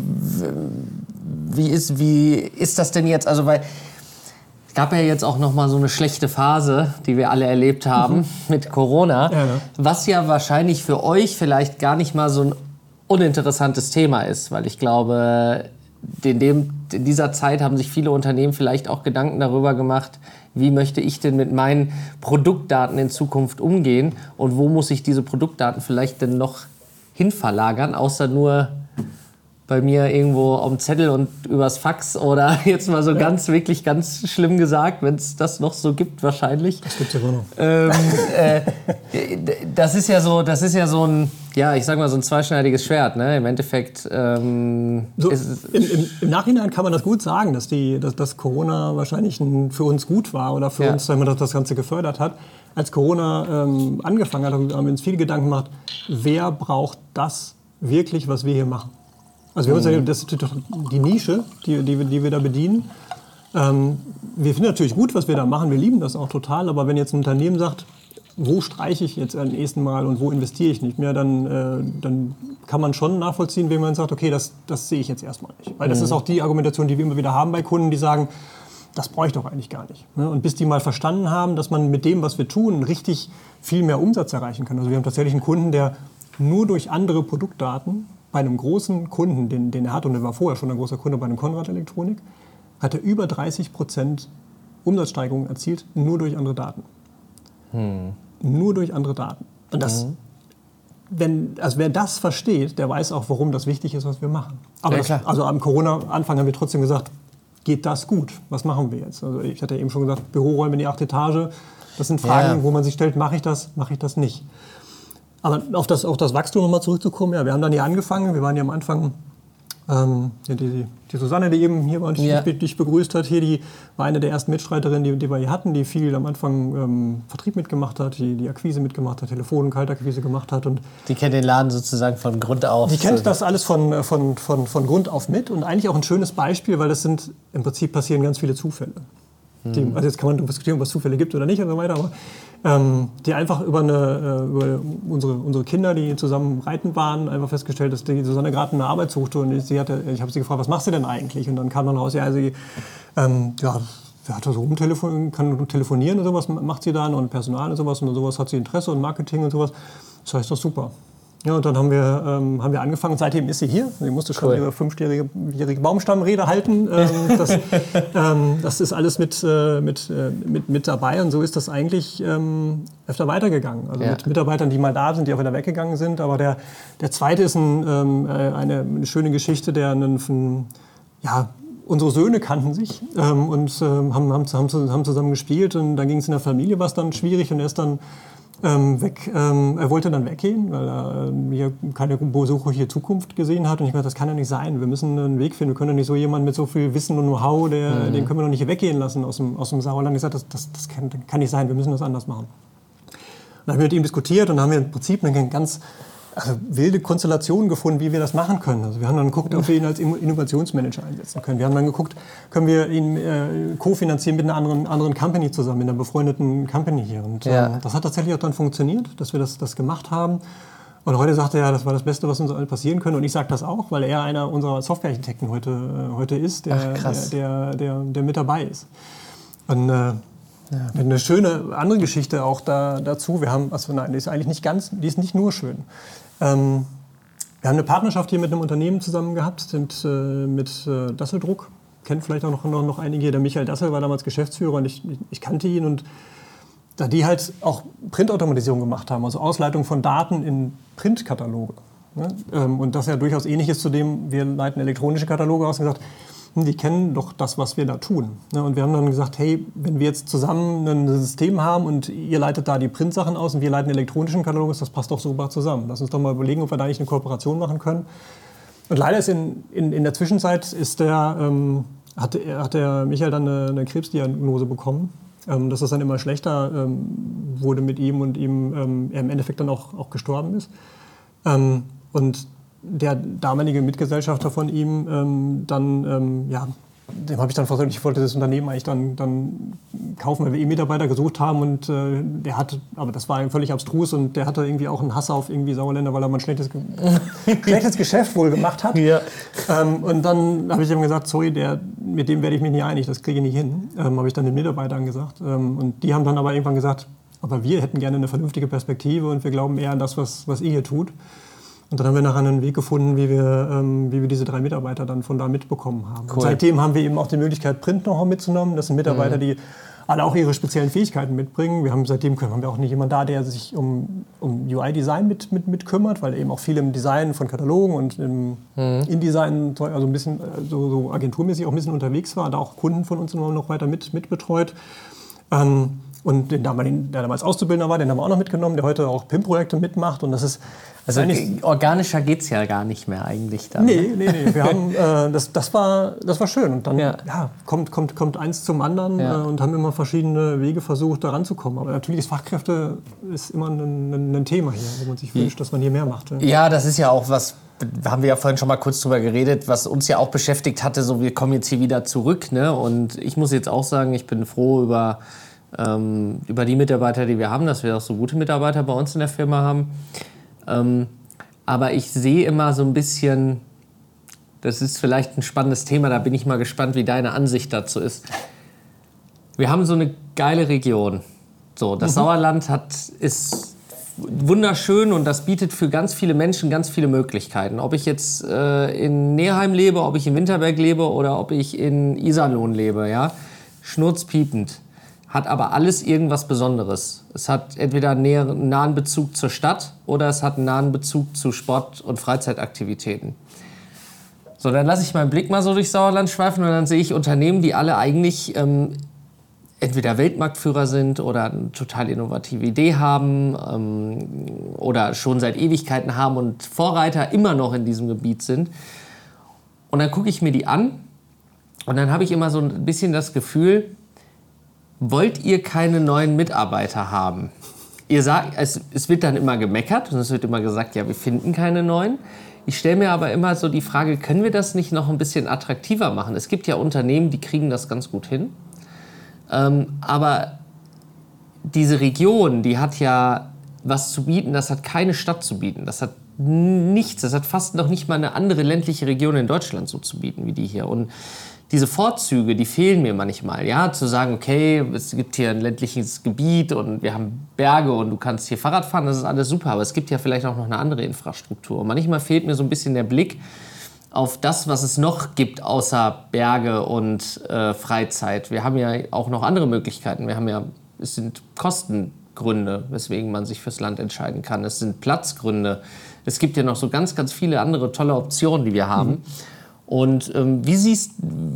A: ist das denn jetzt? Also weil es gab ja jetzt auch noch mal so eine schlechte Phase, die wir alle erlebt haben mit Corona, was ja wahrscheinlich für euch vielleicht gar nicht mal so ein uninteressantes Thema ist, weil ich glaube, in dieser Zeit haben sich viele Unternehmen vielleicht auch Gedanken darüber gemacht, wie möchte ich denn mit meinen Produktdaten in Zukunft umgehen und wo muss ich diese Produktdaten vielleicht denn noch hinverlagern, außer nur bei mir irgendwo auf dem Zettel und übers Fax oder jetzt mal so wirklich ganz schlimm gesagt, wenn es das noch so gibt wahrscheinlich.
B: Das gibt's ja wohl noch.
A: Das ist ja so ein, ich sag mal so ein zweischneidiges Schwert, ne? Im Endeffekt.
B: Im Nachhinein kann man das gut sagen, dass Corona wahrscheinlich für uns gut war oder für uns, wenn man das Ganze gefördert hat. Als Corona angefangen hat, haben wir uns viele Gedanken gemacht, wer braucht das wirklich, was wir hier machen? Also wir haben uns das ist doch die Nische, die wir da bedienen. Wir finden natürlich gut, was wir da machen. Wir lieben das auch total. Aber wenn jetzt ein Unternehmen sagt, wo streiche ich jetzt am nächsten Mal und wo investiere ich nicht mehr, dann kann man schon nachvollziehen, wenn man sagt, okay, das sehe ich jetzt erstmal nicht. Weil das ist auch die Argumentation, die wir immer wieder haben bei Kunden, die sagen, das brauche ich doch eigentlich gar nicht. Und bis die mal verstanden haben, dass man mit dem, was wir tun, richtig viel mehr Umsatz erreichen kann. Also wir haben tatsächlich einen Kunden, der nur durch andere Produktdaten bei einem großen Kunden, den er hat, und er war vorher schon ein großer Kunde bei einem Konrad Elektronik, hat er über 30% Umsatzsteigerung erzielt, nur durch andere Daten. Nur durch andere Daten. Und wer das versteht, der weiß auch, warum das wichtig ist, was wir machen. Aber also am Corona-Anfang haben wir trotzdem gesagt, geht das gut? Was machen wir jetzt? Also ich hatte eben schon gesagt, Büroräume in die 8. Etage. Das sind Fragen, wo man sich stellt, mache ich das nicht? Aber auf das Wachstum nochmal zurückzukommen, wir haben dann hier angefangen, wir waren ja am Anfang, die Susanne, die eben hier war und dich begrüßt hat, hier, die war eine der ersten Mitstreiterinnen, die wir hier hatten, die viel am Anfang Vertrieb mitgemacht hat, die Akquise mitgemacht hat, Telefon- und Kaltakquise gemacht hat. Und
A: die kennt den Laden sozusagen von Grund auf.
B: Die kennt das alles von Grund auf mit und eigentlich auch ein schönes Beispiel, weil im Prinzip passieren ganz viele Zufälle. Also jetzt kann man diskutieren, ob es Zufälle gibt oder nicht und so weiter, aber die einfach über unsere Kinder, die zusammen reiten waren, einfach festgestellt, dass die Susanne gerade eine Arbeit suchte und ich habe sie gefragt, was machst du denn eigentlich? Und dann kam dann raus, sie hat so kann telefonieren und sowas macht sie dann und Personal und sowas hat sie Interesse und Marketing und sowas. Das heißt doch super. Ja, und dann haben wir angefangen. Seitdem ist sie hier. Sie musste schon ihre 5-jährige Baumstammrede halten. Das ist alles mit dabei. Und so ist das eigentlich öfter weitergegangen. Also mit Mitarbeitern, die mal da sind, die auch wieder weggegangen sind. Aber der zweite ist eine schöne Geschichte, unsere Söhne kannten sich und haben zusammen gespielt. Und dann ging es in der Familie, was dann schwierig. Und er ist dann weg. Er wollte dann weggehen, weil er hier keine berufliche Zukunft gesehen hat. Und ich meine, das kann ja nicht sein. Wir müssen einen Weg finden. Wir können ja nicht so jemanden mit so viel Wissen und Know-how, den können wir doch nicht hier weggehen lassen aus dem Sauerland. Ich habe gesagt, das kann nicht sein. Wir müssen das anders machen. Dann haben wir mit ihm diskutiert und haben wir im Prinzip eine ganz wilde Konstellationen gefunden, wie wir das machen können. Also wir haben dann geguckt, ob wir ihn als Innovationsmanager einsetzen können. Wir haben dann geguckt, können wir ihn kofinanzieren mit einer anderen Company zusammen, mit einer befreundeten Company hier. Und das hat tatsächlich auch dann funktioniert, dass wir das gemacht haben. Und heute sagt er, das war das Beste, was uns passieren könnte. Und ich sage das auch, weil er einer unserer Softwarearchitekten heute ist, der mit dabei ist. Und eine schöne andere Geschichte auch dazu. Wir haben, die ist eigentlich die ist nicht nur schön. Wir haben eine Partnerschaft hier mit einem Unternehmen zusammen gehabt, mit Dasseldruck. Kennt vielleicht auch noch einige. Der Michael Dassel war damals Geschäftsführer und ich kannte ihn. Und da die halt auch Printautomatisierung gemacht haben, also Ausleitung von Daten in Printkataloge. Ne? Und das ja durchaus ähnlich ist zu dem, wir leiten elektronische Kataloge aus und gesagt, die kennen doch das, was wir da tun. Und wir haben dann gesagt, hey, wenn wir jetzt zusammen ein System haben und ihr leitet da die Printsachen aus und wir leiten elektronischen Katalog aus, das passt doch super zusammen. Lass uns doch mal überlegen, ob wir da nicht eine Kooperation machen können. Und leider ist in der Zwischenzeit hat der Michael dann eine Krebsdiagnose bekommen. Dass das dann immer schlechter wurde mit ihm und er im Endeffekt dann auch gestorben ist. Und der damalige Mitgesellschafter von ihm, dem habe ich dann versucht, ich wollte das Unternehmen eigentlich dann kaufen, weil wir Mitarbeiter gesucht haben und aber das war völlig abstrus und der hatte irgendwie auch einen Hass auf irgendwie Sauerländer, weil er mal ein schlechtes Geschäft wohl gemacht hat. Ja. Und dann habe ich ihm gesagt, sorry, mit dem werde ich mich nicht einig, das kriege ich nicht hin. Habe ich dann den Mitarbeitern gesagt. Und die haben dann aber irgendwann gesagt, aber wir hätten gerne eine vernünftige Perspektive und wir glauben eher an das, was ihr hier tut. Und dann haben wir nachher einen Weg gefunden, wie wir diese 3 Mitarbeiter dann von da mitbekommen haben. Cool. Und seitdem haben wir eben auch die Möglichkeit, Print-Know-how mitzunehmen. Das sind Mitarbeiter, die alle auch ihre speziellen Fähigkeiten mitbringen. Seitdem haben wir auch nicht jemanden da, der sich um UI-Design mit kümmert, weil eben auch viel im Design von Katalogen und im InDesign, also ein bisschen so agenturmäßig auch ein bisschen unterwegs war, da auch Kunden von uns noch weiter mitbetreut. Und der damals Auszubildender war, den haben wir auch noch mitgenommen, der heute auch PIM-Projekte mitmacht. Und das ist
A: also organischer geht es ja gar nicht mehr eigentlich dann.
B: Nee. Wir haben, das war schön. Und dann kommt eins zum anderen und haben immer verschiedene Wege versucht, da ranzukommen. Aber natürlich ist Fachkräfte ist immer ein Thema hier, wo man sich wünscht, dass man hier mehr macht.
A: Ja, das ist ja auch was, da haben wir ja vorhin schon mal kurz drüber geredet, was uns ja auch beschäftigt hatte, so wir kommen jetzt hier wieder zurück. Ne? Und ich muss jetzt auch sagen, ich bin froh über die Mitarbeiter, die wir haben, dass wir auch so gute Mitarbeiter bei uns in der Firma haben. Aber ich sehe immer so ein bisschen, das ist vielleicht ein spannendes Thema, da bin ich mal gespannt, wie deine Ansicht dazu ist. Wir haben so eine geile Region. So, das Sauerland ist wunderschön und das bietet für ganz viele Menschen ganz viele Möglichkeiten. Ob ich jetzt in Neheim lebe, ob ich in Winterberg lebe oder ob ich in Iserlohn lebe, ja, schnurzpiepend. Hat aber alles irgendwas Besonderes. Es hat entweder einen nahen Bezug zur Stadt oder es hat einen nahen Bezug zu Sport- und Freizeitaktivitäten. So, dann lasse ich meinen Blick mal so durchs Sauerland schweifen und dann sehe ich Unternehmen, die alle eigentlich entweder Weltmarktführer sind oder eine total innovative Idee haben oder schon seit Ewigkeiten haben und Vorreiter immer noch in diesem Gebiet sind. Und dann gucke ich mir die an und dann habe ich immer so ein bisschen das Gefühl, wollt ihr keine neuen Mitarbeiter haben? Ihr sagt, es wird dann immer gemeckert und es wird immer gesagt, ja, wir finden keine neuen. Ich stelle mir aber immer so die Frage, können wir das nicht noch ein bisschen attraktiver machen? Es gibt ja Unternehmen, die kriegen das ganz gut hin. Aber diese Region, die hat ja was zu bieten, das hat keine Stadt zu bieten. Das hat nichts, das hat fast noch nicht mal eine andere ländliche Region in Deutschland so zu bieten wie die hier. Und diese Vorzüge, die fehlen mir manchmal. Ja, zu sagen, okay, es gibt hier ein ländliches Gebiet und wir haben Berge und du kannst hier Fahrrad fahren, das ist alles super, aber es gibt ja vielleicht auch noch eine andere Infrastruktur. Und manchmal fehlt mir so ein bisschen der Blick auf das, was es noch gibt, außer Berge und Freizeit. Wir haben ja auch noch andere Möglichkeiten. Es sind Kostengründe, weswegen man sich fürs Land entscheiden kann. Es sind Platzgründe. Es gibt ja noch so ganz, ganz viele andere tolle Optionen, die wir haben. Und wie ist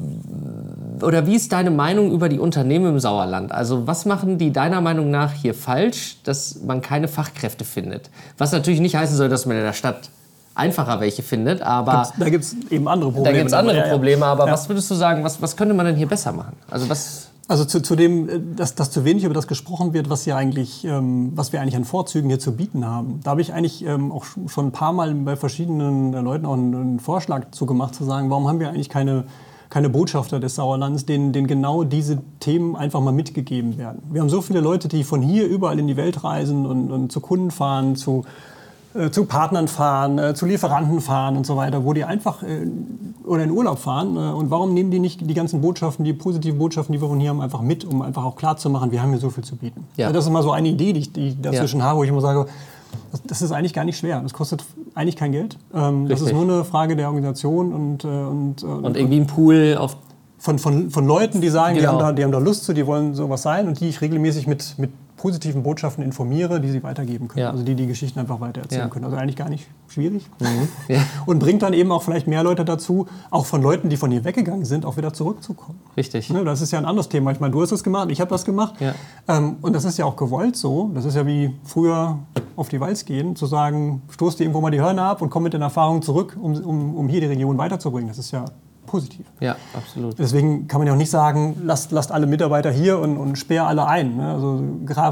A: deine Meinung über die Unternehmen im Sauerland? Also was machen die deiner Meinung nach hier falsch, dass man keine Fachkräfte findet? Was natürlich nicht heißen soll, dass man in der Stadt einfacher welche findet, aber
B: da gibt es eben andere Probleme.
A: Da gibt es andere Probleme, aber was würdest du sagen, was könnte man denn hier besser machen?
B: Also zu dem, dass zu wenig über das gesprochen wird, was wir eigentlich an Vorzügen hier zu bieten haben. Da habe ich eigentlich auch schon ein paar Mal bei verschiedenen Leuten auch einen Vorschlag zu gemacht, zu sagen, warum haben wir eigentlich keine Botschafter des Sauerlands, denen genau diese Themen einfach mal mitgegeben werden. Wir haben so viele Leute, die von hier überall in die Welt reisen und zu Kunden fahren, zu Partnern fahren, zu Lieferanten fahren und so weiter, wo die einfach oder in Urlaub fahren. Und warum nehmen die nicht die ganzen Botschaften, die positiven Botschaften, die wir von hier haben, einfach mit, um einfach auch klarzumachen, wir haben hier so viel zu bieten. Ja. Das ist mal so eine Idee, die ich dazwischen habe, wo ich immer sage, das ist eigentlich gar nicht schwer. Das kostet eigentlich kein Geld. Das ist nur eine Frage der Organisation und
A: irgendwie ein Pool auf
B: von Leuten, die sagen, genau. die haben da Lust zu, die wollen sowas sein und die ich regelmäßig mit positiven Botschaften informiere, die sie weitergeben können. Ja. Also die Geschichten einfach weitererzählen können. Also eigentlich gar nicht schwierig. Ja. Und bringt dann eben auch vielleicht mehr Leute dazu, auch von Leuten, die von hier weggegangen sind, auch wieder zurückzukommen.
A: Richtig.
B: Ne, das ist ja ein anderes Thema. Ich meine, du hast das gemacht, ich habe das gemacht. Ja. Und das ist ja auch gewollt so. Das ist ja wie früher auf die Walz gehen, zu sagen, stoß dir irgendwo mal die Hörner ab und komm mit den Erfahrungen zurück, um hier die Region weiterzubringen. Das ist ja positiv.
A: Ja, absolut.
B: Deswegen kann man ja auch nicht sagen, lasst alle Mitarbeiter hier und sperr alle ein. Ne? Also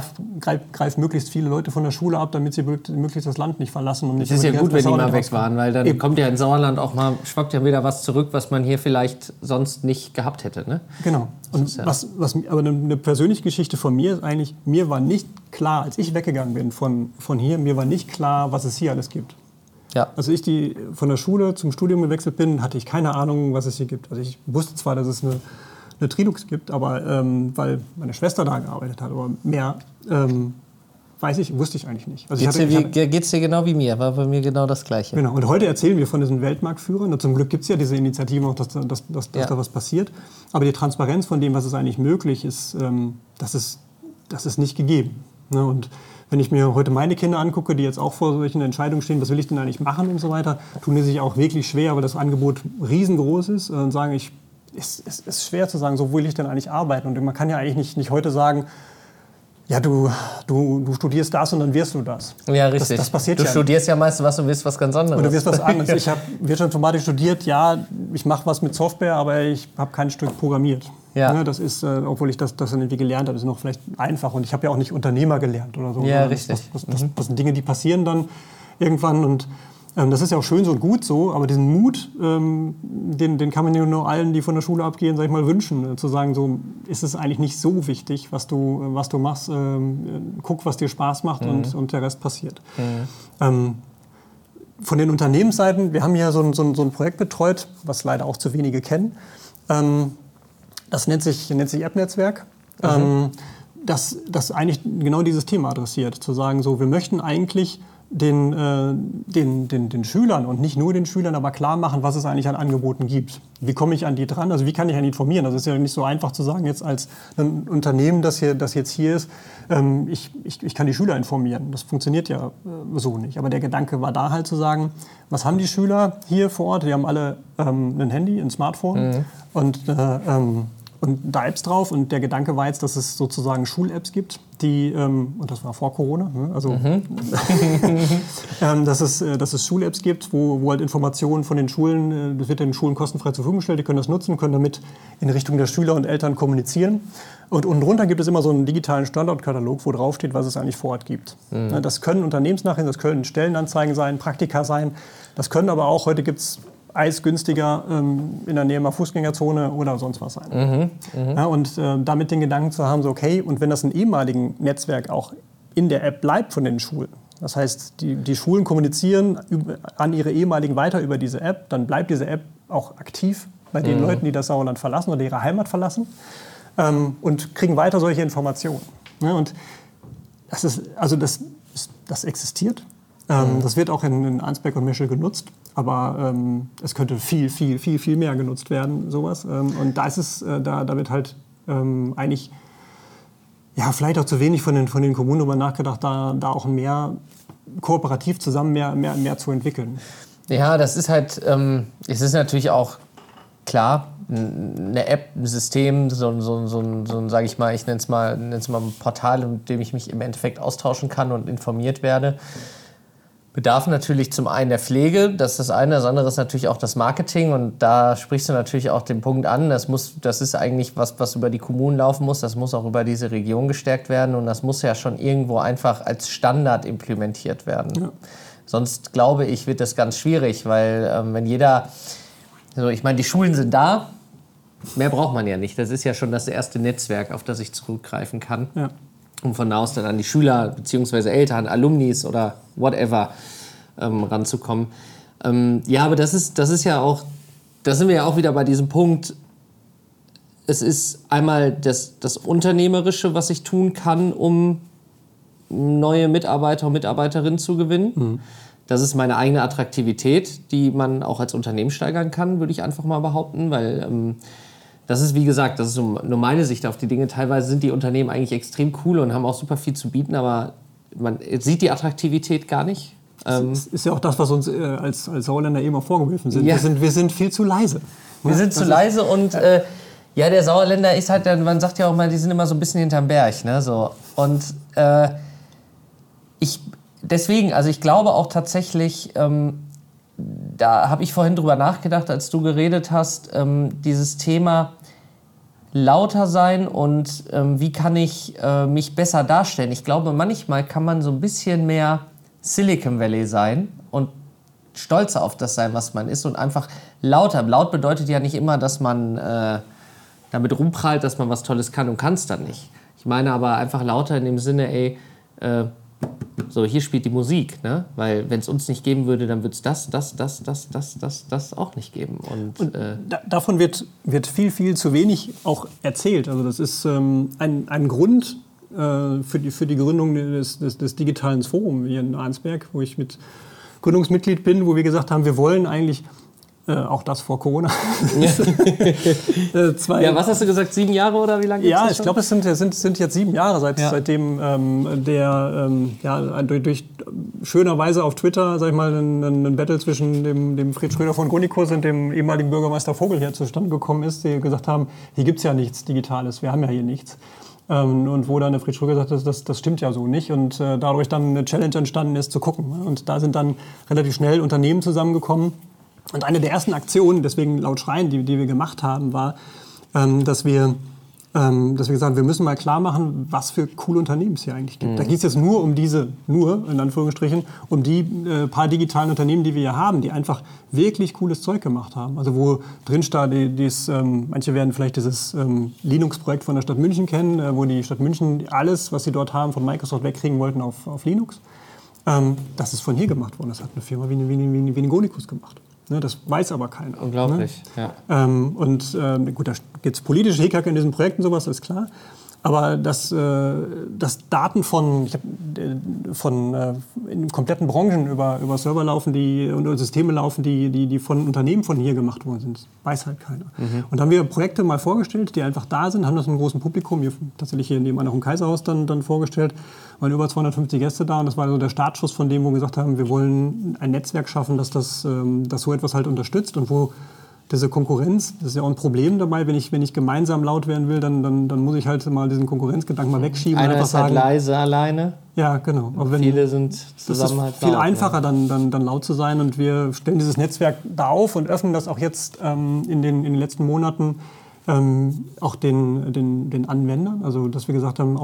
B: greif möglichst viele Leute von der Schule ab, damit sie möglichst das Land nicht verlassen. Und nicht
A: das ist ja gut, wenn die mal weg waren, weil dann kommt ja in Sauerland auch mal, schwappt ja wieder was zurück, was man hier vielleicht sonst nicht gehabt hätte. Ne?
B: Genau. Und aber eine persönliche Geschichte von mir ist eigentlich, mir war nicht klar, als ich weggegangen bin von hier, mir war nicht klar, was es hier alles gibt. Ja. Als ich von der Schule zum Studium gewechselt bin, hatte ich keine Ahnung, was es hier gibt. Also ich wusste zwar, dass es eine Trilux gibt, aber weil meine Schwester da gearbeitet hat, aber mehr wusste ich eigentlich nicht. Also
A: geht's dir genau wie mir, war bei mir genau das Gleiche.
B: Genau. Und heute erzählen wir von diesen Weltmarktführern. Und zum Glück gibt es ja diese Initiative auch, dass da was passiert. Aber die Transparenz von dem, was ist eigentlich möglich ist, das ist nicht gegeben. Ne? Und wenn ich mir heute meine Kinder angucke, die jetzt auch vor solchen Entscheidungen stehen, was will ich denn eigentlich machen und so weiter, tun die sich auch wirklich schwer, weil das Angebot riesengroß ist und sagen, es ist schwer zu sagen, so will ich denn eigentlich arbeiten. Und man kann ja eigentlich nicht heute sagen, ja, du studierst das und dann wirst du das.
A: Ja, richtig.
B: Das passiert
A: du studierst ja meist was und wirst was ganz anderes.
B: Und du wirst was anderes. Ich habe Wirtschaftsinformatik studiert, ja, ich mache was mit Software, aber ich habe kein Stück programmiert. Ja. Das ist, obwohl ich das dann irgendwie gelernt habe, ist noch vielleicht einfach. Und ich habe ja auch nicht Unternehmer gelernt oder so.
A: Ja, richtig.
B: Das sind Dinge, die passieren dann irgendwann. Und das ist ja auch schön so und gut so. Aber diesen Mut, den kann man ja nur allen, die von der Schule abgehen, sag ich mal, wünschen. Zu sagen, so ist es eigentlich nicht so wichtig, was du machst. Guck, was dir Spaß macht und der Rest passiert. Von den Unternehmensseiten, wir haben hier so ein Projekt betreut, was leider auch zu wenige kennen. Das nennt sich App-Netzwerk, das eigentlich genau dieses Thema adressiert. Zu sagen, so, wir möchten eigentlich den Schülern und nicht nur den Schülern, aber klar machen, was es eigentlich an Angeboten gibt. Wie komme ich an die dran? Also wie kann ich an die informieren? Das ist ja nicht so einfach zu sagen, jetzt als ein Unternehmen, das jetzt hier ist, ich kann die Schüler informieren. Das funktioniert ja so nicht. Aber der Gedanke war da halt zu sagen, was haben die Schüler hier vor Ort? Die haben alle ein Handy, ein Smartphone und da Apps drauf. Und der Gedanke war jetzt, dass es sozusagen Schul-Apps gibt, die, und das war vor Corona, also dass es Schul-Apps gibt, wo halt Informationen von den Schulen, das wird den Schulen kostenfrei zur Verfügung gestellt, die können das nutzen, können damit in Richtung der Schüler und Eltern kommunizieren. Und unten drunter gibt es immer so einen digitalen Standortkatalog, wo drauf steht, was es eigentlich vor Ort gibt. Das können Unternehmensnachrichten, das können Stellenanzeigen sein, Praktika sein, das können aber auch, heute gibt es eisgünstiger in der Nähe einer Fußgängerzone oder sonst was sein. Ja, und damit den Gedanken zu haben, so okay, und wenn das ein ehemaligen Netzwerk auch in der App bleibt von den Schulen, das heißt, die Schulen kommunizieren an ihre ehemaligen weiter über diese App, dann bleibt diese App auch aktiv, bei den Leuten, die das Sauerland verlassen oder ihre Heimat verlassen, und kriegen weiter solche Informationen. Ne? Und das existiert. Das wird auch in Arnsberg und Meschede genutzt, aber es könnte viel, viel, viel, viel mehr genutzt werden, sowas. Und da ist es, da wird halt eigentlich vielleicht auch zu wenig von den Kommunen darüber nachgedacht, da auch mehr kooperativ zusammen mehr zu entwickeln.
A: Ja, das ist halt, es ist natürlich auch klar, eine App, ein System, so ein sage ich mal, ich nenne es mal ein Portal, mit dem ich mich im Endeffekt austauschen kann und informiert werde, bedarf natürlich zum einen der Pflege, das ist das eine, das andere ist natürlich auch das Marketing und da sprichst du natürlich auch den Punkt an, das ist eigentlich was über die Kommunen laufen muss, das muss auch über diese Region gestärkt werden und das muss ja schon irgendwo einfach als Standard implementiert werden. Ja. Sonst, glaube ich, wird das ganz schwierig, weil wenn jeder, also ich meine, die Schulen sind da, mehr braucht man ja nicht, das ist ja schon das erste Netzwerk, auf das ich zurückgreifen kann. Ja. Um von da aus dann an die Schüler bzw. Eltern, Alumnis oder whatever ranzukommen. Aber das ist ja auch, da sind wir ja auch wieder bei diesem Punkt, es ist einmal das Unternehmerische, was ich tun kann, um neue Mitarbeiter und Mitarbeiterinnen zu gewinnen. Mhm. Das ist meine eigene Attraktivität, die man auch als Unternehmen steigern kann, würde ich einfach mal behaupten, weil das ist, wie gesagt, das ist nur meine Sicht auf die Dinge. Teilweise sind die Unternehmen eigentlich extrem cool und haben auch super viel zu bieten, aber man sieht die Attraktivität gar nicht.
B: Das ist ja auch das, was uns als Sauerländer eben auch vorgeworfen sind. Ja. Wir sind viel zu leise.
A: Wir sind zu leise und der Sauerländer ist halt, man sagt ja auch mal, die sind immer so ein bisschen hinterm Berg. Ne? So. Und ich glaube auch tatsächlich, da habe ich vorhin drüber nachgedacht, als du geredet hast, dieses Thema lauter sein und wie kann ich mich besser darstellen. Ich glaube, manchmal kann man so ein bisschen mehr Silicon Valley sein und stolzer auf das sein, was man ist und einfach lauter. Laut bedeutet ja nicht immer, dass man damit rumprallt, dass man was Tolles kann und kann es dann nicht. Ich meine aber einfach lauter in dem Sinne, so, hier spielt die Musik, ne? Weil wenn es uns nicht geben würde, dann würde es das auch nicht geben. Und
B: davon wird viel, viel zu wenig auch erzählt. Also das ist ein Grund für die Gründung des digitalen Forums hier in Arnsberg, wo ich mit Gründungsmitglied bin, wo wir gesagt haben, wir wollen eigentlich auch das vor Corona.
A: Was hast du gesagt, 7 Jahre oder wie lange?
B: Ja, ich glaube, es sind jetzt 7 Jahre, seitdem durch schönerweise auf Twitter, sag ich mal, ein Battle zwischen dem Fred Schröder von Grunikus und dem ehemaligen Bürgermeister Vogel hier zustande gekommen ist, die gesagt haben, hier gibt es ja nichts Digitales, wir haben ja hier nichts. Und wo dann der Fred Schröder gesagt hat, das stimmt ja so nicht. Und dadurch dann eine Challenge entstanden ist, zu gucken. Und da sind dann relativ schnell Unternehmen zusammengekommen. Und eine der ersten Aktionen, deswegen laut Schreien, die wir gemacht haben, war, dass wir gesagt haben, wir müssen mal klar machen, was für coole Unternehmen es hier eigentlich gibt. Da geht es jetzt nur in Anführungsstrichen, um die paar digitalen Unternehmen, die wir hier haben, die einfach wirklich cooles Zeug gemacht haben. Also wo drin steht, manche werden vielleicht dieses Linux-Projekt von der Stadt München kennen, wo die Stadt München alles, was sie dort haben, von Microsoft wegkriegen wollten auf Linux. Das ist von hier gemacht worden. Das hat eine Firma wie eine Grunikus gemacht. Ne, das weiß aber keiner.
A: Unglaublich,
B: ne? Ja. Gut, da gibt es politische Hickhack in diesem Projekt und sowas, ist klar. Aber dass Daten in kompletten Branchen über Server laufen und Systeme laufen, die von Unternehmen von hier gemacht worden sind, weiß halt keiner. Mhm. Und da haben wir Projekte mal vorgestellt, die einfach da sind, haben das einem großen Publikum, tatsächlich hier nebenan auch im Kaiserhaus dann vorgestellt, waren über 250 Gäste da und das war so der Startschuss von dem, wo wir gesagt haben, wir wollen ein Netzwerk schaffen, das so etwas halt unterstützt und wo diese Konkurrenz, das ist ja auch ein Problem dabei, wenn ich gemeinsam laut werden will, dann muss ich halt mal diesen Konkurrenzgedanken mal wegschieben.
A: Einer ist halt leise alleine.
B: Ja, genau.
A: Aber viele sind zusammen halt laut.
B: Es ist viel einfacher, dann laut zu sein und wir stellen dieses Netzwerk da auf und öffnen das auch jetzt in den letzten Monaten auch den Anwendern. Also, dass wir gesagt haben,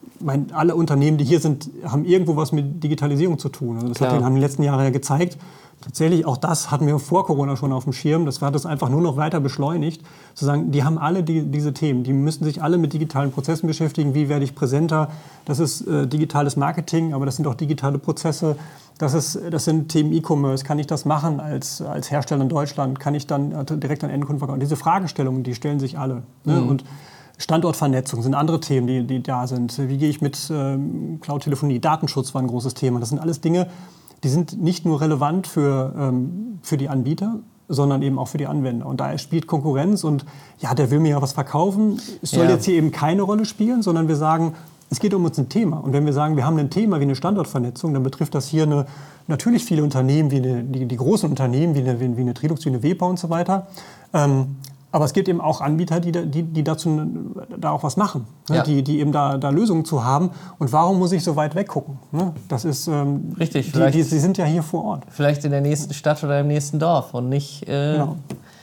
B: alle Unternehmen, die hier sind, haben irgendwo was mit Digitalisierung zu tun. Also das haben die letzten Jahre ja gezeigt, Tatsächlich, auch das hatten wir vor Corona schon auf dem Schirm. Das hat es einfach nur noch weiter beschleunigt. Zu sagen, die haben alle diese Themen. Die müssen sich alle mit digitalen Prozessen beschäftigen. Wie werde ich präsenter? Das ist digitales Marketing, aber das sind auch digitale Prozesse. Das sind Themen E-Commerce. Kann ich das machen als Hersteller in Deutschland? Kann ich dann direkt an Endkunden verkaufen? Diese Fragestellungen, die stellen sich alle. Ne? Und Standortvernetzung sind andere Themen, die da sind. Wie gehe ich mit Cloud-Telefonie? Datenschutz war ein großes Thema. Das sind alles Dinge, die sind nicht nur relevant für die Anbieter, sondern eben auch für die Anwender. Und da spielt Konkurrenz und ja, der will mir ja was verkaufen. Es soll jetzt hier eben keine Rolle spielen, sondern wir sagen, es geht um uns ein Thema. Und wenn wir sagen, wir haben ein Thema wie eine Standortvernetzung, dann betrifft das hier natürlich viele Unternehmen, wie die großen Unternehmen, wie eine Trilux, wie eine WEPA und so weiter. Aber es gibt eben auch Anbieter, die dazu da auch was machen, ne?
A: Ja.
B: Die eben da Lösungen zu haben. Und warum muss ich so weit weggucken? Ne? Das ist
A: richtig.
B: Sie sind ja hier vor Ort.
A: Vielleicht in der nächsten Stadt oder im nächsten Dorf und nicht
B: Genau.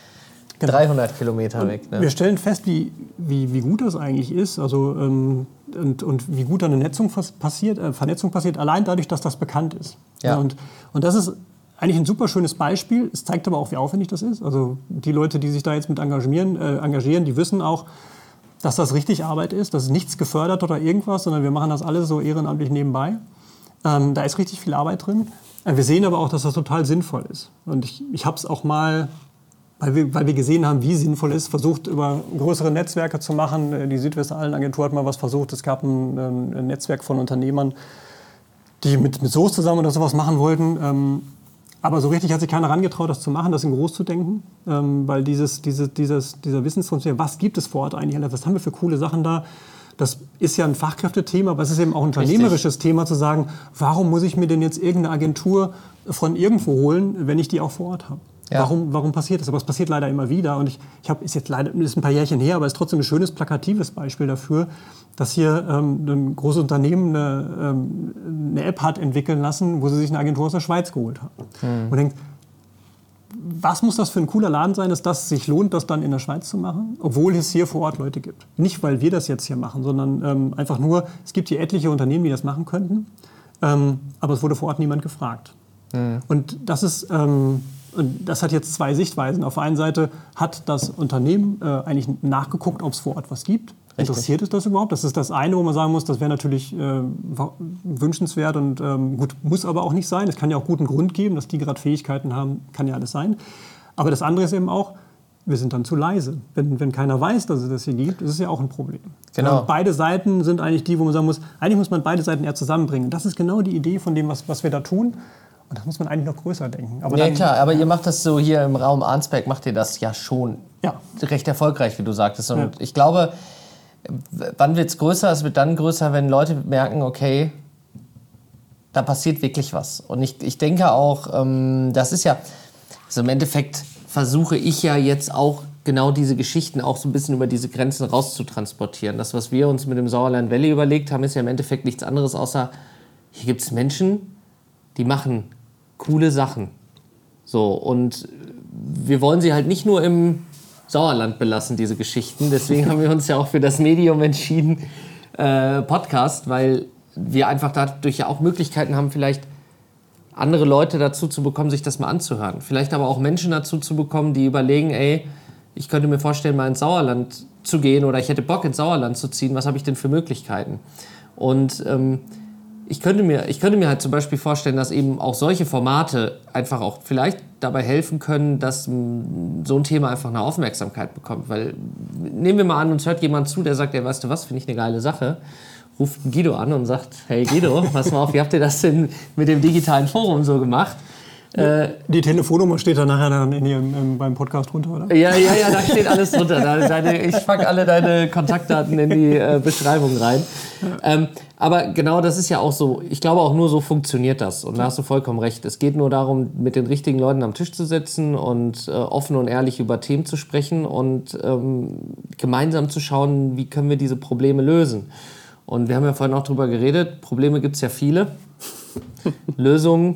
A: 300 Kilometer weg. Ne?
B: Wir stellen fest, wie gut das eigentlich ist, also und wie gut da eine Vernetzung passiert, allein dadurch, dass das bekannt ist.
A: Ja.
B: Und das ist eigentlich ein super schönes Beispiel. Es zeigt aber auch, wie aufwendig das ist. Also die Leute, die sich da jetzt mit engagieren, die wissen auch, dass das richtig Arbeit ist. Das ist nichts gefördert oder irgendwas, sondern wir machen das alles so ehrenamtlich nebenbei. Da ist richtig viel Arbeit drin. Wir sehen aber auch, dass das total sinnvoll ist. Und ich habe es auch mal, weil wir gesehen haben, wie sinnvoll es ist, versucht, über größere Netzwerke zu machen. Die Südwestfalen-Agentur hat mal was versucht. Es gab ein Netzwerk von Unternehmern, die mit Soos zusammen oder sowas machen wollten. Aber so richtig hat sich keiner herangetraut, das zu machen, das in groß zu denken. Weil dieser Wissenstransfer, was gibt es vor Ort eigentlich, was haben wir für coole Sachen da? Das ist ja ein Fachkräftethema, aber es ist eben auch ein unternehmerisches Thema, zu sagen, warum muss ich mir denn jetzt irgendeine Agentur von irgendwo holen, wenn ich die auch vor Ort habe? Ja. Warum passiert das? Aber es passiert leider immer wieder. Und ist ein paar Jährchen her, aber es ist trotzdem ein schönes, plakatives Beispiel dafür, dass hier ein großes Unternehmen eine App hat entwickeln lassen, wo sie sich eine Agentur aus der Schweiz geholt haben. Und denkt, was muss das für ein cooler Laden sein, dass das sich lohnt, das dann in der Schweiz zu machen, obwohl es hier vor Ort Leute gibt. Nicht, weil wir das jetzt hier machen, sondern einfach nur, es gibt hier etliche Unternehmen, die das machen könnten, aber es wurde vor Ort niemand gefragt. Und das ist... Und das hat jetzt zwei Sichtweisen. Auf der einen Seite hat das Unternehmen eigentlich nachgeguckt, ob es vor Ort was gibt. Richtig. Interessiert es das überhaupt? Das ist das eine, wo man sagen muss, das wäre natürlich wünschenswert und gut, muss aber auch nicht sein. Es kann ja auch guten Grund geben, dass die gerade Fähigkeiten haben, kann ja alles sein. Aber das andere ist eben auch, wir sind dann zu leise. Wenn keiner weiß, dass es das hier gibt, ist es ja auch ein Problem.
A: Genau.
B: Ja, beide Seiten sind eigentlich die, wo man sagen muss, eigentlich muss man beide Seiten eher zusammenbringen. Das ist genau die Idee von dem, was wir da tun. Und das muss man eigentlich noch größer denken. Aber
A: ja klar, aber ihr macht das so hier im Raum Arnsberg, macht ihr das ja schon recht erfolgreich, wie du sagtest. Und ich glaube, wann wird es größer? Es wird dann größer, wenn Leute merken, okay, da passiert wirklich was. Und ich denke auch, das ist ja, also im Endeffekt versuche ich ja jetzt auch genau diese Geschichten auch so ein bisschen über diese Grenzen rauszutransportieren. Das, was wir uns mit dem Sauerland Valley überlegt haben, ist ja im Endeffekt nichts anderes, außer hier gibt es Menschen, die machen coole Sachen. So, und wir wollen sie halt nicht nur im Sauerland belassen, diese Geschichten. Deswegen haben wir uns ja auch für das Medium entschieden, Podcast, weil wir einfach dadurch ja auch Möglichkeiten haben, vielleicht andere Leute dazu zu bekommen, sich das mal anzuhören. Vielleicht aber auch Menschen dazu zu bekommen, die überlegen, ey, ich könnte mir vorstellen, mal ins Sauerland zu gehen oder ich hätte Bock, ins Sauerland zu ziehen. Was habe ich denn für Möglichkeiten? Und ich könnte mir halt zum Beispiel vorstellen, dass eben auch solche Formate einfach auch vielleicht dabei helfen können, dass so ein Thema einfach eine Aufmerksamkeit bekommt. Weil, nehmen wir mal an, uns hört jemand zu, der sagt, ja, weißt du was, finde ich eine geile Sache. Ruft Guido an und sagt, hey Guido, pass mal auf, wie habt ihr das denn mit dem digitalen Forum so gemacht?
B: Die Telefonnummer steht da nachher dann beim Podcast drunter, oder?
A: Ja, da steht alles drunter. Ich packe alle deine Kontaktdaten in die Beschreibung rein. Aber genau das ist ja auch so, ich glaube auch nur so funktioniert das. Und da hast du vollkommen recht. Es geht nur darum, mit den richtigen Leuten am Tisch zu sitzen und offen und ehrlich über Themen zu sprechen und gemeinsam zu schauen, wie können wir diese Probleme lösen. Und wir haben ja vorhin auch drüber geredet, Probleme gibt es ja viele. Lösungen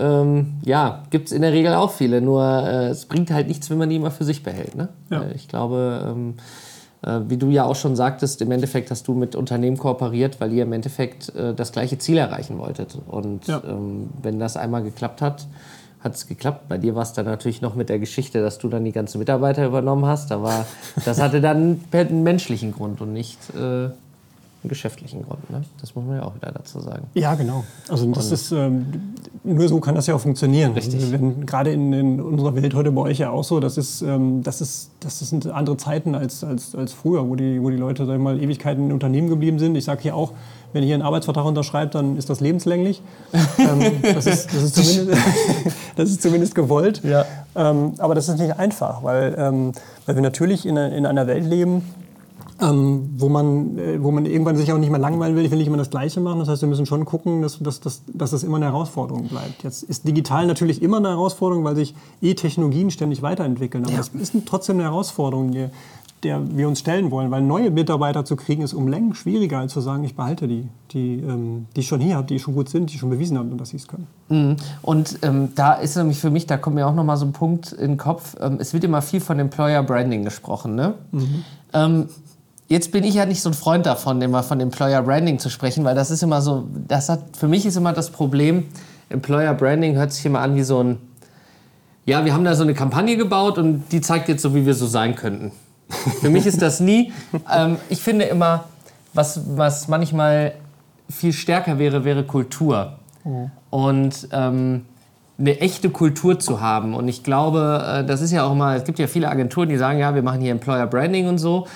A: gibt es in der Regel auch viele, nur es bringt halt nichts, wenn man die immer für sich behält. Ne? Ja. Ich glaube, wie du ja auch schon sagtest, im Endeffekt hast du mit Unternehmen kooperiert, weil ihr im Endeffekt das gleiche Ziel erreichen wolltet. Und wenn das einmal geklappt hat, hat es geklappt. Bei dir war es dann natürlich noch mit der Geschichte, dass du dann die ganzen Mitarbeiter übernommen hast. Aber das hatte dann einen menschlichen Grund und nicht einen geschäftlichen Grund. Ne? Das muss man ja auch wieder dazu sagen.
B: Ja, genau. Also das ist, nur so kann das ja auch funktionieren.
A: Richtig.
B: Also gerade in unserer Welt heute bei euch ja auch so, das sind andere Zeiten als früher, wo die Leute, sag ich mal, Ewigkeiten in Unternehmen geblieben sind. Ich sage hier auch, wenn ihr hier einen Arbeitsvertrag unterschreibt, dann ist das lebenslänglich. Das ist zumindest gewollt.
A: Ja.
B: Aber das ist nicht einfach, weil wir natürlich in einer Welt leben, wo man irgendwann sich auch nicht mehr langweilen will. Ich will nicht immer das Gleiche machen. Das heißt, wir müssen schon gucken, dass das immer eine Herausforderung bleibt. Jetzt ist digital natürlich immer eine Herausforderung, weil sich Technologien ständig weiterentwickeln. Aber es ist trotzdem eine Herausforderung, der wir uns stellen wollen. Weil neue Mitarbeiter zu kriegen, ist um Längen schwieriger, als zu sagen, ich behalte die ich schon hier habe, die schon gut sind, die schon bewiesen haben, dass sie es können.
A: Und da ist nämlich für mich, da kommt mir auch nochmal so ein Punkt in den Kopf, es wird immer viel von Employer Branding gesprochen. Ne? Jetzt bin ich ja nicht so ein Freund davon, immer von Employer Branding zu sprechen, weil das ist immer so, für mich ist immer das Problem, Employer Branding hört sich immer an wie so ein, ja, wir haben da so eine Kampagne gebaut und die zeigt jetzt so, wie wir so sein könnten. Für mich ist das nie, ich finde immer, was manchmal viel stärker wäre Kultur. Und eine echte Kultur zu haben. Und ich glaube, das ist ja auch mal, es gibt ja viele Agenturen, die sagen, ja, wir machen hier Employer Branding und so.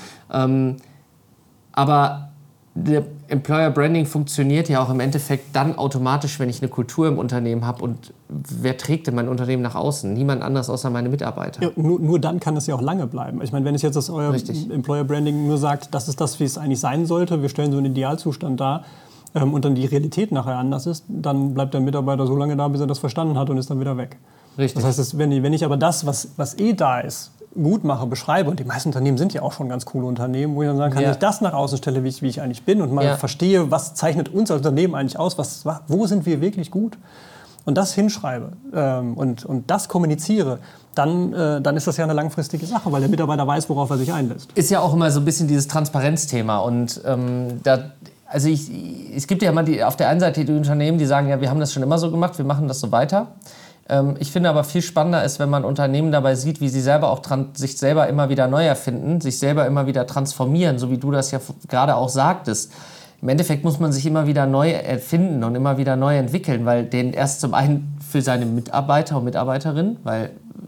A: Aber der Employer Branding funktioniert ja auch im Endeffekt dann automatisch, wenn ich eine Kultur im Unternehmen habe. Und wer trägt denn mein Unternehmen nach außen? Niemand anders außer meine Mitarbeiter.
B: Ja, nur dann kann es ja auch lange bleiben. Ich meine, wenn es jetzt euer Employer Branding nur sagt, das ist das, wie es eigentlich sein sollte, wir stellen so einen Idealzustand dar, und dann die Realität nachher anders ist, dann bleibt der Mitarbeiter so lange da, bis er das verstanden hat und ist dann wieder weg.
A: Richtig.
B: Das heißt, wenn ich aber das, was da ist, gut mache, beschreibe, und die meisten Unternehmen sind ja auch schon ganz coole Unternehmen, wo ich dann sagen kann, dass ich das nach außen stelle, wie ich eigentlich bin und mal verstehe, was zeichnet uns als Unternehmen eigentlich aus, wo sind wir wirklich gut, und das hinschreibe und das kommuniziere, dann ist das ja eine langfristige Sache, weil der Mitarbeiter weiß, worauf er sich einlässt.
A: Ist ja auch immer so ein bisschen dieses Transparenzthema und also es gibt ja immer auf der einen Seite die Unternehmen, die sagen, ja, wir haben das schon immer so gemacht, wir machen das so weiter. Ich finde aber viel spannender ist, wenn man Unternehmen dabei sieht, wie sie selber auch sich selber immer wieder neu erfinden, sich selber immer wieder transformieren, so wie du das ja gerade auch sagtest. Im Endeffekt muss man sich immer wieder neu erfinden und immer wieder neu entwickeln, weil den erst zum einen für seine Mitarbeiter und Mitarbeiterinnen, weil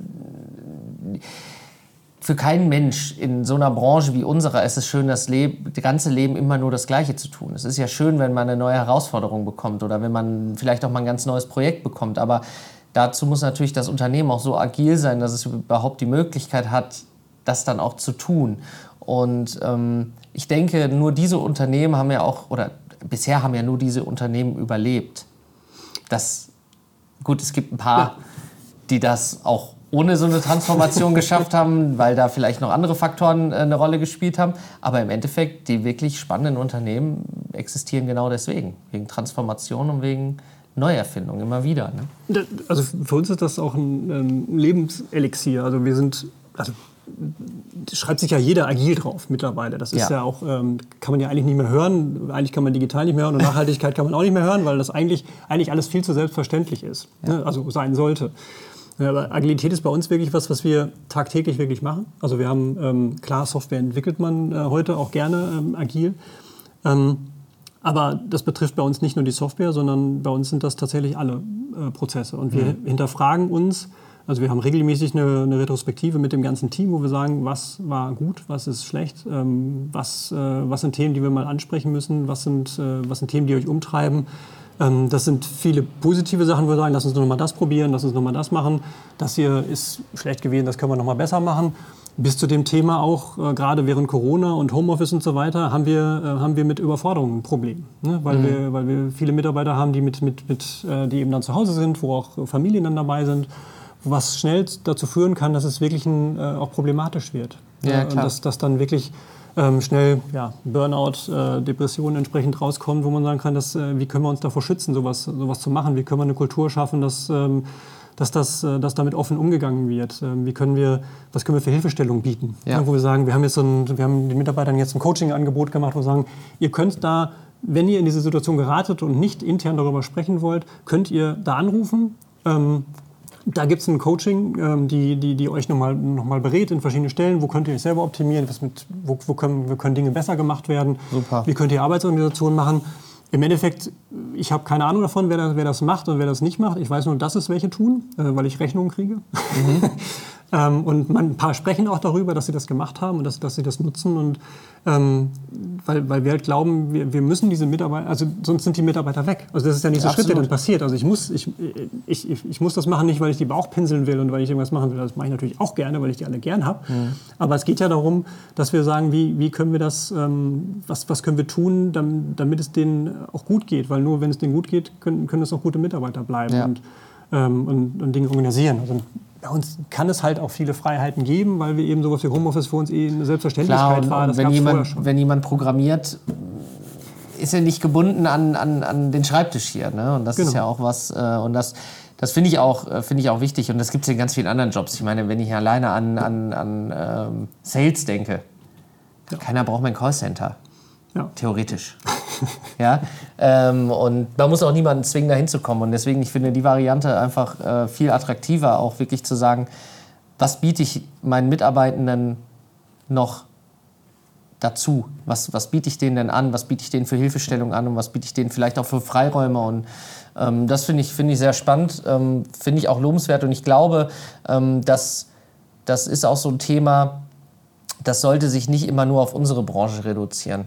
A: für keinen Mensch in so einer Branche wie unserer ist es schön, das ganze Leben immer nur das Gleiche zu tun. Es ist ja schön, wenn man eine neue Herausforderung bekommt oder wenn man vielleicht auch mal ein ganz neues Projekt bekommt. Aber dazu muss natürlich das Unternehmen auch so agil sein, dass es überhaupt die Möglichkeit hat, das dann auch zu tun. Und ich denke, nur diese Unternehmen haben ja auch, oder bisher haben ja nur diese Unternehmen überlebt. Gut, es gibt ein paar, die das auch ohne so eine Transformation geschafft haben, weil da vielleicht noch andere Faktoren eine Rolle gespielt haben. Aber im Endeffekt, die wirklich spannenden Unternehmen existieren genau deswegen. Wegen Transformation und wegen Neuerfindung, immer wieder. Ne?
B: Also für uns ist das auch ein Lebenselixier. Also schreibt sich ja jeder agil drauf mittlerweile. Das ist ja auch, kann man ja eigentlich nicht mehr hören. Eigentlich kann man digital nicht mehr hören und Nachhaltigkeit kann man auch nicht mehr hören, weil das eigentlich alles viel zu selbstverständlich ist. Ja. Ne? Also sein sollte. Ja, aber Agilität ist bei uns wirklich was wir tagtäglich wirklich machen. Also wir haben, klar, Software entwickelt man heute auch gerne agil. Aber das betrifft bei uns nicht nur die Software, sondern bei uns sind das tatsächlich alle Prozesse. Und wir hinterfragen uns, also wir haben regelmäßig eine Retrospektive mit dem ganzen Team, wo wir sagen, was war gut, was ist schlecht, was sind Themen, die wir mal ansprechen müssen, was sind Themen, die euch umtreiben. Das sind viele positive Sachen, wo wir sagen, lass uns noch mal das probieren, lass uns noch mal das machen. Das hier ist schlecht gewesen, das können wir noch mal besser machen. Bis zu dem Thema auch, gerade während Corona und Homeoffice und so weiter, haben wir mit Überforderung ein Problem. Ne? Weil wir viele Mitarbeiter haben, die die eben dann zu Hause sind, wo auch Familien dann dabei sind, was schnell dazu führen kann, dass es wirklich auch problematisch wird.
A: Ja, klar.
B: Und dass dann wirklich schnell Burnout, Depressionen entsprechend rauskommen, wo man sagen kann, wie können wir uns davor schützen, sowas zu machen? Wie können wir eine Kultur schaffen, dass damit offen umgegangen wird? Was können wir für Hilfestellung bieten? Ja. Wo wir sagen, wir haben den Mitarbeitern jetzt ein Coaching-Angebot gemacht, wo wir sagen, ihr könnt da, wenn ihr in diese Situation geratet und nicht intern darüber sprechen wollt, könnt ihr da anrufen. Da gibt es ein Coaching, die euch nochmal berät in verschiedenen Stellen. Wo könnt ihr euch selber optimieren? Wo können Dinge besser gemacht werden?
A: Super.
B: Wie könnt ihr Arbeitsorganisationen machen? Im Endeffekt, ich habe keine Ahnung davon, wer das macht und wer das nicht macht. Ich weiß nur, dass es welche tun, weil ich Rechnungen kriege. Und ein paar sprechen auch darüber, dass sie das gemacht haben und dass sie das nutzen. Und weil wir halt glauben, wir müssen diese Mitarbeiter, also sonst sind die Mitarbeiter weg. Also das ist ja nicht so Schritt, der dann passiert. Also ich muss das machen, nicht weil ich die Bauch pinseln will und weil ich irgendwas machen will. Das mache ich natürlich auch gerne, weil ich die alle gern habe. Aber es geht ja darum, dass wir sagen, wie können wir das, was können wir tun, damit es denen auch gut geht. Weil nur wenn es denen gut geht, können es auch gute Mitarbeiter bleiben und Dinge organisieren. Also bei uns kann es halt auch viele Freiheiten geben, weil wir eben sowas wie Homeoffice für uns eine Selbstverständlichkeit war. Das gab's vorher schon.
A: Wenn jemand programmiert, ist er nicht gebunden an den Schreibtisch hier. Ne? Und das ist ja auch was, und das finde ich auch wichtig. Und das gibt es in ganz vielen anderen Jobs. Ich meine, wenn ich alleine an Sales denke, keiner braucht mein Callcenter. Ja. Theoretisch. Ja? Und man muss auch niemanden zwingen, da hinzukommen. Und deswegen, ich finde die Variante einfach viel attraktiver, auch wirklich zu sagen, was biete ich meinen Mitarbeitenden noch dazu? Was biete ich denen denn an? Was biete ich denen für Hilfestellung an? Und was biete ich denen vielleicht auch für Freiräume? Und das finde ich sehr spannend, finde ich auch lobenswert. Und ich glaube, das ist auch so ein Thema, das sollte sich nicht immer nur auf unsere Branche reduzieren.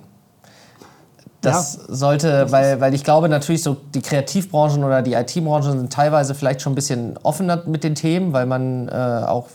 A: Das sollte, weil ich glaube natürlich so die Kreativbranchen oder die IT-Branchen sind teilweise vielleicht schon ein bisschen offener mit den Themen, weil man auch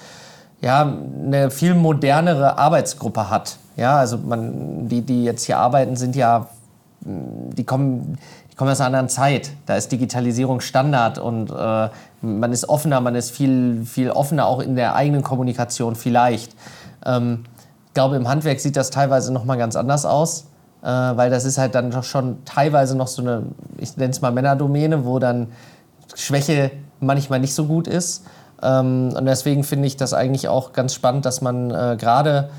A: eine viel modernere Arbeitsgruppe hat. Ja, also die jetzt hier arbeiten, sind ja, die kommen aus einer anderen Zeit. Da ist Digitalisierung Standard und man ist offener, man ist viel, viel offener auch in der eigenen Kommunikation vielleicht. Ich glaube, im Handwerk sieht das teilweise noch mal ganz anders aus. Weil das ist halt dann doch schon teilweise noch so eine, ich nenne es mal Männerdomäne, wo dann Schwäche manchmal nicht so gut ist. Und deswegen finde ich das eigentlich auch ganz spannend, dass man gerade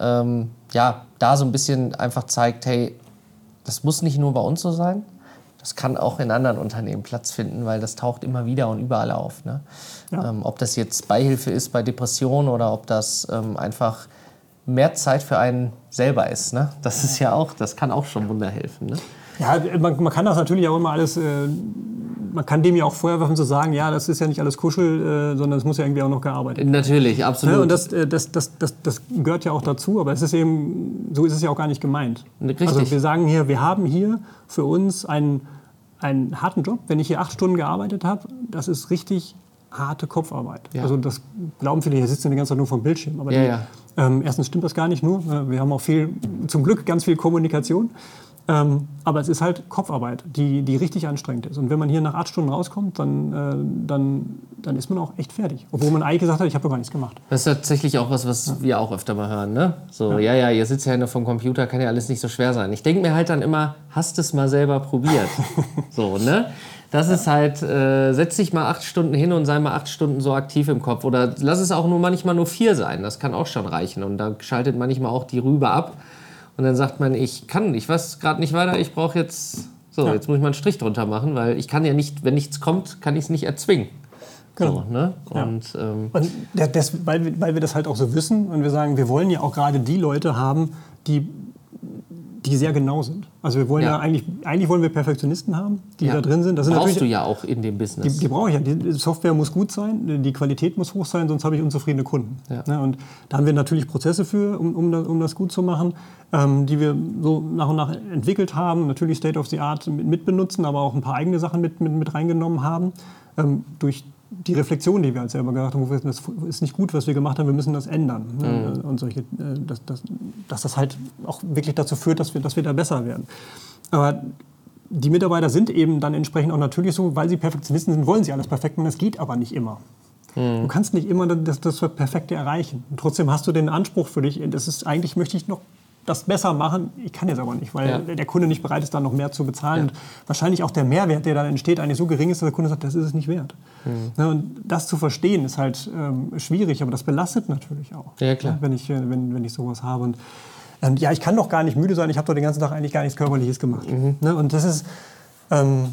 A: da so ein bisschen einfach zeigt, hey, das muss nicht nur bei uns so sein, das kann auch in anderen Unternehmen Platz finden, weil das taucht immer wieder und überall auf. Ne? Ja. Ob das jetzt Beihilfe ist bei Depressionen oder ob das einfach mehr Zeit für einen selber ist. Ne? Das ist ja auch, das kann auch schon Wunder helfen. Ne?
B: Ja, man kann das natürlich auch immer alles, man kann dem ja auch vorwerfen zu sagen, ja, das ist ja nicht alles Kuschel, sondern es muss ja irgendwie auch noch gearbeitet werden.
A: Natürlich, absolut.
B: Ja, und das gehört ja auch dazu, aber es ist eben, so ist es ja auch gar nicht gemeint.
A: Richtig.
B: Also wir sagen hier, wir haben hier für uns einen harten Job. Wenn ich hier 8 Stunden gearbeitet habe, das ist richtig harte Kopfarbeit. Ja. Also das glauben viele, hier sitzen die ganze Zeit nur vom Bildschirm. Aber erstens stimmt das gar nicht nur. Wir haben auch zum Glück ganz viel Kommunikation. Aber es ist halt Kopfarbeit, die richtig anstrengend ist. Und wenn man hier nach 8 Stunden rauskommt, dann ist man auch echt fertig. Obwohl man eigentlich gesagt hat, ich habe doch gar nichts gemacht.
A: Das ist tatsächlich auch was wir auch öfter mal hören. Ne? So, ihr sitzt ja nur vom Computer, kann ja alles nicht so schwer sein. Ich denke mir halt dann immer, hast es mal selber probiert. So, ne? Das ist halt, setz dich mal 8 Stunden hin und sei mal 8 Stunden so aktiv im Kopf. Oder lass es auch manchmal nur 4 sein, das kann auch schon reichen. Und da schaltet manchmal auch die Rübe ab. Und dann sagt man, ich weiß gerade nicht weiter, ich brauche jetzt, jetzt muss ich mal einen Strich drunter machen, weil ich kann ja nicht, wenn nichts kommt, kann ich es nicht erzwingen.
B: Genau.
A: So, ne?
B: Weil wir das halt auch so wissen und wir sagen, wir wollen ja auch gerade die Leute haben, die sehr genau sind. Also wir wollen eigentlich wollen wir Perfektionisten haben, die da drin sind. Das
A: brauchst du ja auch in dem Business.
B: Die brauche ich ja. Die Software muss gut sein, die Qualität muss hoch sein, sonst habe ich unzufriedene Kunden. Ja. Und da haben wir natürlich Prozesse für, um das gut zu machen, die wir so nach und nach entwickelt haben. Natürlich State of the Art mitbenutzen, aber auch ein paar eigene Sachen mit reingenommen haben. Durch die Reflexion, die wir als selber gemacht haben, das ist nicht gut, was wir gemacht haben, wir müssen das ändern. Und solche, dass das halt auch wirklich dazu führt, dass wir da besser werden. Aber die Mitarbeiter sind eben dann entsprechend auch natürlich so, weil sie Perfektionisten sind, wollen sie alles perfekt machen, das geht aber nicht immer. Du kannst nicht immer das Perfekte erreichen. Und trotzdem hast du den Anspruch für dich, eigentlich möchte ich noch das besser machen, ich kann jetzt aber nicht, weil der Kunde nicht bereit ist, dann noch mehr zu bezahlen. Und wahrscheinlich auch der Mehrwert, der dann entsteht, eigentlich so gering ist, dass der Kunde sagt, das ist es nicht wert. Und das zu verstehen, ist halt schwierig, aber das belastet natürlich auch,
A: ja, klar.
B: Wenn ich sowas habe. Und ich kann doch gar nicht müde sein, ich habe doch den ganzen Tag eigentlich gar nichts Körperliches gemacht. Und das ist,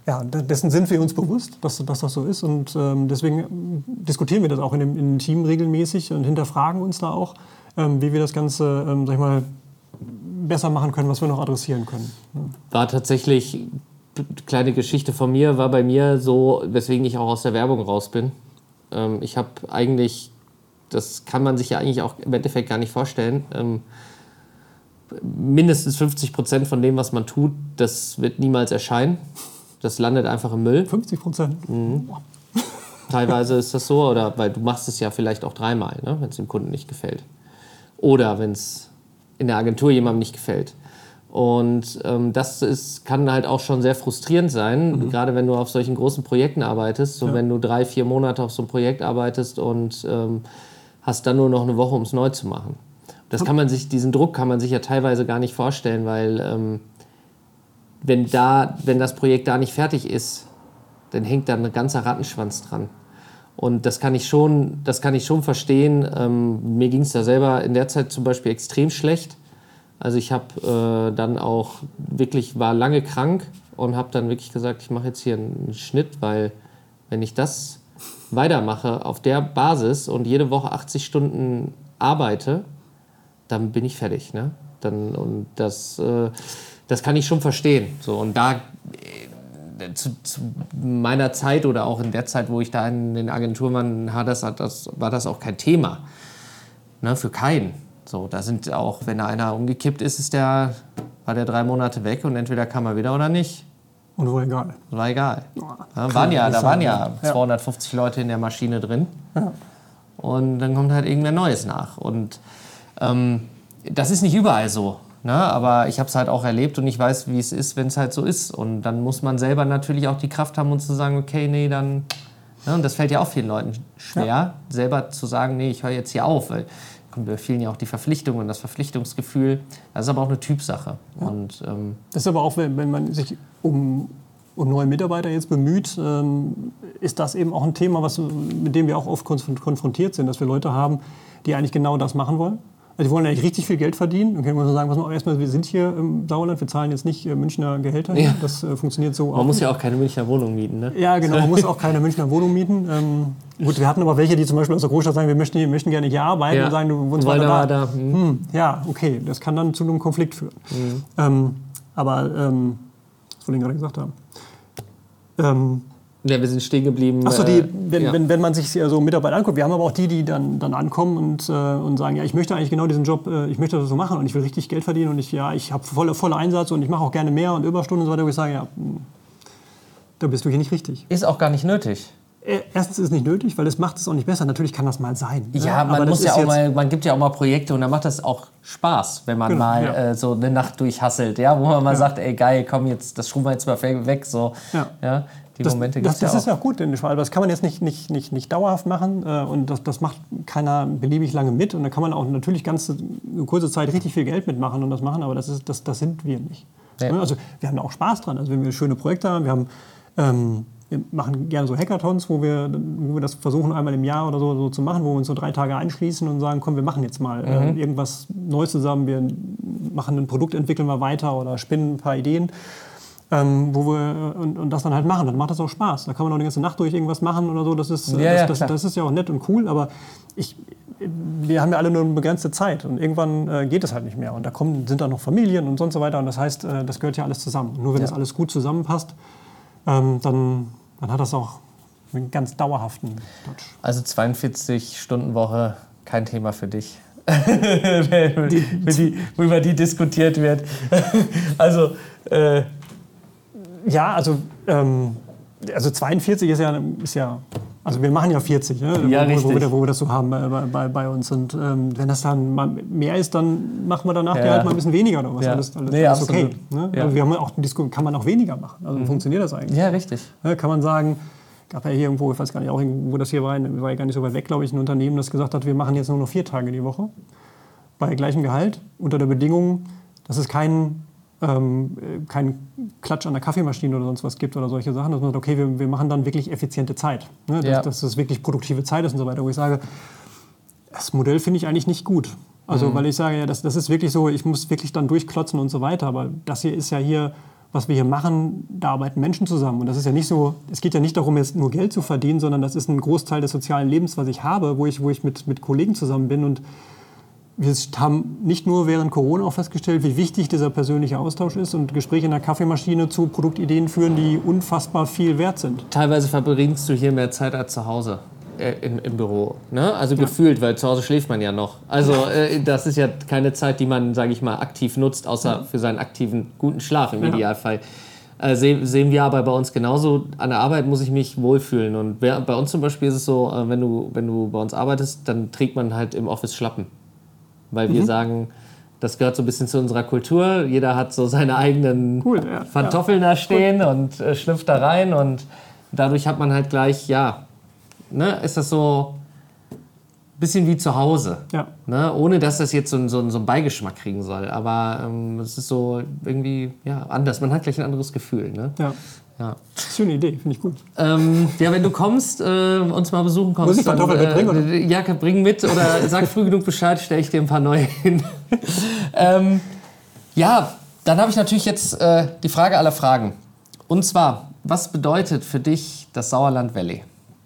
B: Ja, dessen sind wir uns bewusst, dass das so ist. Und deswegen diskutieren wir das auch in dem Team regelmäßig und hinterfragen uns da auch, wie wir das Ganze, sag ich mal, besser machen können, was wir noch adressieren können.
C: War tatsächlich, kleine Geschichte von mir, war bei mir so, weswegen ich auch aus der Werbung raus bin. Ich habe eigentlich, das kann man sich ja eigentlich auch im Endeffekt gar nicht vorstellen, mindestens 50% von dem, was man tut, das wird niemals erscheinen. Das landet einfach im Müll.
B: 50%?
C: Mhm. Teilweise ist das so, oder weil du machst es ja vielleicht auch 3-mal, ne, wenn es dem Kunden nicht gefällt. Oder wenn es in der Agentur jemandem nicht gefällt. Und kann halt auch schon sehr frustrierend sein, gerade wenn du auf solchen großen Projekten arbeitest. So, wenn du 3-4 Monate auf so einem Projekt arbeitest und hast dann nur noch eine Woche, um es neu zu machen. Diesen Druck kann man sich ja teilweise gar nicht vorstellen, weil wenn das Projekt da nicht fertig ist, dann hängt da ein ganzer Rattenschwanz dran. Und das kann ich schon verstehen. Mir ging es da selber in der Zeit zum Beispiel extrem schlecht. Also ich habe dann auch war lange krank und habe dann wirklich gesagt, ich mache jetzt hier einen Schnitt, weil wenn ich das weitermache auf der Basis und jede Woche 80 Stunden arbeite, dann bin ich fertig. Ne? Das kann ich schon verstehen. So, und da zu meiner Zeit oder auch in der Zeit, wo ich da in den Agenturen war, war das auch kein Thema. Ne, für keinen. So, da sind auch, wenn da einer umgekippt ist, war der 3 Monate weg und entweder kam er wieder oder nicht.
B: Und war egal.
C: War egal. Da waren ja 250 Leute in der Maschine drin. Ja. Und dann kommt halt irgendwer Neues nach. Und das ist nicht überall so. Ne? Aber ich habe es halt auch erlebt und ich weiß, wie es ist, wenn es halt so ist. Und dann muss man selber natürlich auch die Kraft haben, um zu sagen, okay, nee, dann... Ne? Und das fällt ja auch vielen Leuten schwer, selber zu sagen, nee, ich höre jetzt hier auf. Weil kommt bei vielen ja auch die Verpflichtung und das Verpflichtungsgefühl. Das ist aber auch eine Typsache. Ja. Und,
B: das ist aber auch, wenn man sich um neue Mitarbeiter jetzt bemüht, ist das eben auch ein Thema, mit dem wir auch oft konfrontiert sind, dass wir Leute haben, die eigentlich genau das machen wollen. Also die wollen eigentlich richtig viel Geld verdienen. Dann können wir so sagen, erstmal, wir sind hier im Sauerland, wir zahlen jetzt nicht Münchner Gehälter. Ja. Das funktioniert so auch.
C: Man muss ja auch keine Münchner Wohnung mieten, ne?
B: Ja, genau, man muss auch keine Münchner Wohnung mieten. Gut, wir hatten aber welche, die zum Beispiel aus der Großstadt sagen, wir möchten gerne hier arbeiten und sagen, du wohnst weiter da. Ja, okay, das kann dann zu einem Konflikt führen. Was wollte ich gerade gesagt haben?
C: Ja, wir sind stehen geblieben.
B: Achso, wenn man sich so Mitarbeiter anguckt. Wir haben aber auch die dann ankommen und sagen, ja, ich möchte eigentlich genau diesen Job, ich möchte das so machen und ich will richtig Geld verdienen und ich habe voller Einsatz und ich mache auch gerne mehr und Überstunden und so weiter, wo ich sage, ja, da bist du hier nicht richtig.
A: Ist auch gar nicht nötig.
B: Erstens ist es nicht nötig, weil das macht es auch nicht besser. Natürlich kann das mal sein.
A: Ja, man gibt ja auch mal Projekte und dann macht das auch Spaß, wenn man so eine Nacht durchhasselt, ja, wo man mal sagt, ey geil, komm jetzt, das schrubben wir jetzt mal weg, so. Ja. Die Momente gibt es ja auch.
B: Das ist ja auch gut, aber das kann man jetzt nicht dauerhaft machen und das macht keiner beliebig lange mit und da kann man auch natürlich eine kurze Zeit richtig viel Geld mitmachen und das machen, aber das sind wir nicht. Ja. Also wir haben da auch Spaß dran, also wenn wir schöne Projekte haben, wir machen gerne so Hackathons, wo wir das versuchen einmal im Jahr oder so zu machen, wo wir uns so 3 Tage einschließen und sagen, komm, wir machen jetzt mal irgendwas Neues zusammen, wir machen ein Produkt, entwickeln wir weiter oder spinnen ein paar Ideen. Und das dann halt machen, dann macht das auch Spaß. Da kann man auch die ganze Nacht durch irgendwas machen oder so. Das ist ja auch nett und cool, aber wir haben ja alle nur eine begrenzte Zeit und irgendwann geht es halt nicht mehr. Und sind da noch Familien und sonst so weiter und das heißt, das gehört ja alles zusammen. Und nur wenn das alles gut zusammenpasst, dann hat das auch einen ganz dauerhaften Touch.
A: Also 42-Stunden-Woche, kein Thema für dich. Über die diskutiert wird. Also
B: ja, also 42 ist ja, also wir machen ja 40, ne? Wo wir das so haben bei uns. Und wenn das dann mal mehr ist, dann machen wir danach halt mal ein bisschen weniger oder was. Alles okay. Ne? Ja. Also wir haben auch kann man auch weniger machen. Also funktioniert das eigentlich?
A: Ja, richtig.
B: Kann man sagen, gab ja hier irgendwo, ich weiß gar nicht, auch wo das hier war ja gar nicht so weit weg, glaube ich, ein Unternehmen, das gesagt hat, wir machen jetzt nur noch 4 Tage die Woche bei gleichem Gehalt unter der Bedingung, dass es kein Klatsch an der Kaffeemaschine oder sonst was gibt oder solche Sachen, dass man sagt, okay, wir machen dann wirklich effiziente Zeit, ne? Dass es wirklich produktive Zeit ist und so weiter, wo ich sage, das Modell finde ich eigentlich nicht gut. Also weil ich sage, ja, das ist wirklich so, ich muss wirklich dann durchklotzen und so weiter, aber das hier ist ja hier was wir hier machen, da arbeiten Menschen zusammen. Und das ist ja nicht so, es geht ja nicht darum, jetzt nur Geld zu verdienen, sondern das ist ein Großteil des sozialen Lebens, was ich habe, wo ich mit Kollegen zusammen bin. Und wir haben nicht nur während Corona auch festgestellt, wie wichtig dieser persönliche Austausch ist und Gespräche in der Kaffeemaschine zu Produktideen führen, die unfassbar viel wert sind.
C: Teilweise verbringst du hier mehr Zeit als zu Hause im Büro. Ne? Also gefühlt, weil zu Hause schläft man ja noch. Also das ist ja keine Zeit, die man, sage ich mal, aktiv nutzt, außer für seinen aktiven, guten Schlaf im Idealfall. Sehen wir aber bei uns genauso. An der Arbeit muss ich mich wohlfühlen. Und bei uns zum Beispiel ist es so, wenn du bei uns arbeitest, dann trägt man halt im Office Schlappen. Weil wir sagen, das gehört so ein bisschen zu unserer Kultur. Jeder hat so seine eigenen Pantoffeln da stehen und schlüpft da rein. Und dadurch hat man halt gleich, ist das so ein bisschen wie zu Hause. Ja. Ne? Ohne dass das jetzt so einen Beigeschmack kriegen soll. Aber es ist so irgendwie anders. Man hat gleich ein anderes Gefühl. Ne?
B: Ja. Ja. Schöne Idee, finde ich gut.
C: Wenn du kommst, uns mal besuchen kommst,
B: muss ich Kartoffeln mitbringen? Oder?
C: Ja, bring mit oder sag früh genug Bescheid, stelle ich dir ein paar neue hin. Dann habe ich natürlich jetzt die Frage aller Fragen. Und zwar, was bedeutet für dich das Sauerland Valley?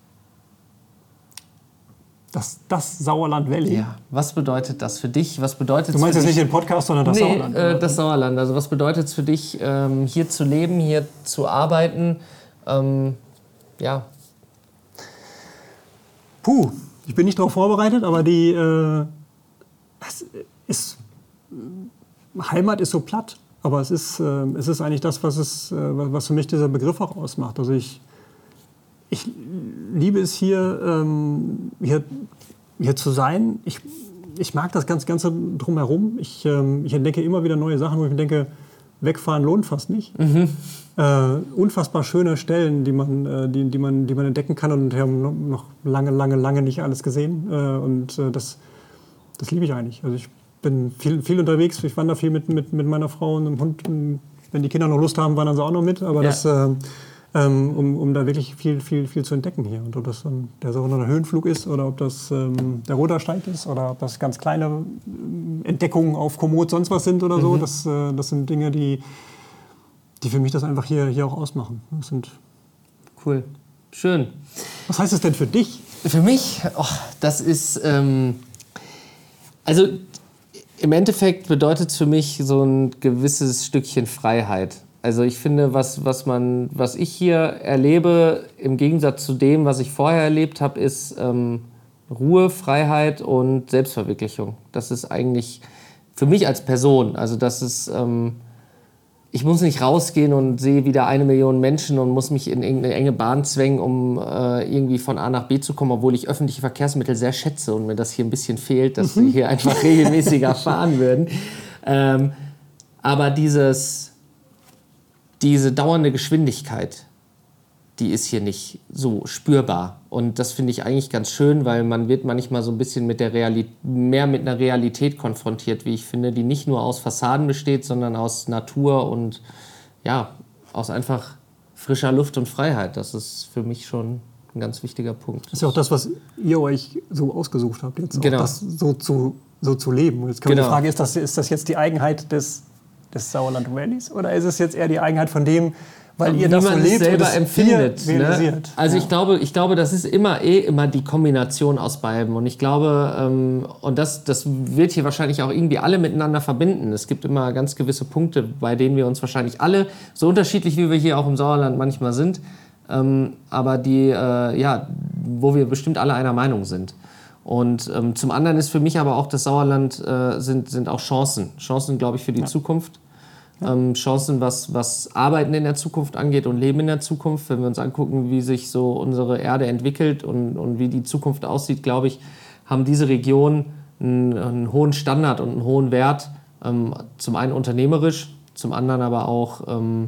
B: Das Sauerland Valley?
C: Ja, was bedeutet das für dich? Was bedeutet
B: du meinst jetzt nicht den Podcast, sondern das Sauerland?
C: Das Sauerland. Also was bedeutet es für dich, hier zu leben, hier zu arbeiten?
B: Puh, ich bin nicht darauf vorbereitet, aber Heimat ist so platt. Aber es ist eigentlich das, was für mich dieser Begriff auch ausmacht. Also ich liebe es hier zu sein. Ich mag das Ganze drumherum. Ich entdecke immer wieder neue Sachen, wo ich mir denke, wegfahren lohnt fast nicht. Unfassbar schöne Stellen, die man entdecken kann. Und wir haben noch lange nicht alles gesehen. Das liebe ich eigentlich. Also ich bin viel unterwegs. Ich wandere viel mit meiner Frau und dem Hund. Wenn die Kinder noch Lust haben, wandern sie auch noch mit. Aber um da wirklich viel zu entdecken hier. Und ob das der sogenannte Höhenflug ist oder ob das der Rodersteig ist oder ob das ganz kleine Entdeckungen auf Komoot sonst was sind oder so. Das sind Dinge, die für mich das einfach hier auch ausmachen. Das sind
C: cool. Schön.
B: Was heißt es denn für dich?
C: Für mich, das ist... also im Endeffekt bedeutet es für mich so ein gewisses Stückchen Freiheit. Also ich finde, was ich hier erlebe, im Gegensatz zu dem, was ich vorher erlebt habe, ist Ruhe, Freiheit und Selbstverwirklichung. Das ist eigentlich für mich als Person, also das ist, ich muss nicht rausgehen und sehe wieder 1 Million Menschen und muss mich in irgendeine enge Bahn zwängen, um irgendwie von A nach B zu kommen, obwohl ich öffentliche Verkehrsmittel sehr schätze und mir das hier ein bisschen fehlt, dass sie hier einfach regelmäßiger fahren würden. Aber diese dauernde Geschwindigkeit, die ist hier nicht so spürbar. Und das finde ich eigentlich ganz schön, weil man wird manchmal so ein bisschen mehr mit einer Realität konfrontiert, wie ich finde, die nicht nur aus Fassaden besteht, sondern aus Natur und aus einfach frischer Luft und Freiheit. Das ist für mich schon ein ganz wichtiger Punkt.
B: Das ist ja auch das, was ihr euch so ausgesucht habt, jetzt
C: genau.
B: Auch das so zu leben. Und jetzt kann man die Frage, ist das jetzt die Eigenheit des Sauerland Valleys oder ist es jetzt eher die Eigenheit von dem, weil ihr das so lebt
C: selber empfindet.
B: Ne?
C: Also ich glaube, das ist immer die Kombination aus beiden. Und ich glaube, und das wird hier wahrscheinlich auch irgendwie alle miteinander verbinden. Es gibt immer ganz gewisse Punkte, bei denen wir uns wahrscheinlich alle, so unterschiedlich wie wir hier auch im Sauerland manchmal sind, aber wo wir bestimmt alle einer Meinung sind. Und zum anderen ist für mich aber auch das Sauerland sind auch Chancen. Chancen, glaube ich, für die Zukunft. Chancen, was Arbeiten in der Zukunft angeht und Leben in der Zukunft. Wenn wir uns angucken, wie sich so unsere Erde entwickelt und wie die Zukunft aussieht, glaube ich, haben diese Regionen einen hohen Standard und einen hohen Wert. Zum einen unternehmerisch, zum anderen aber auch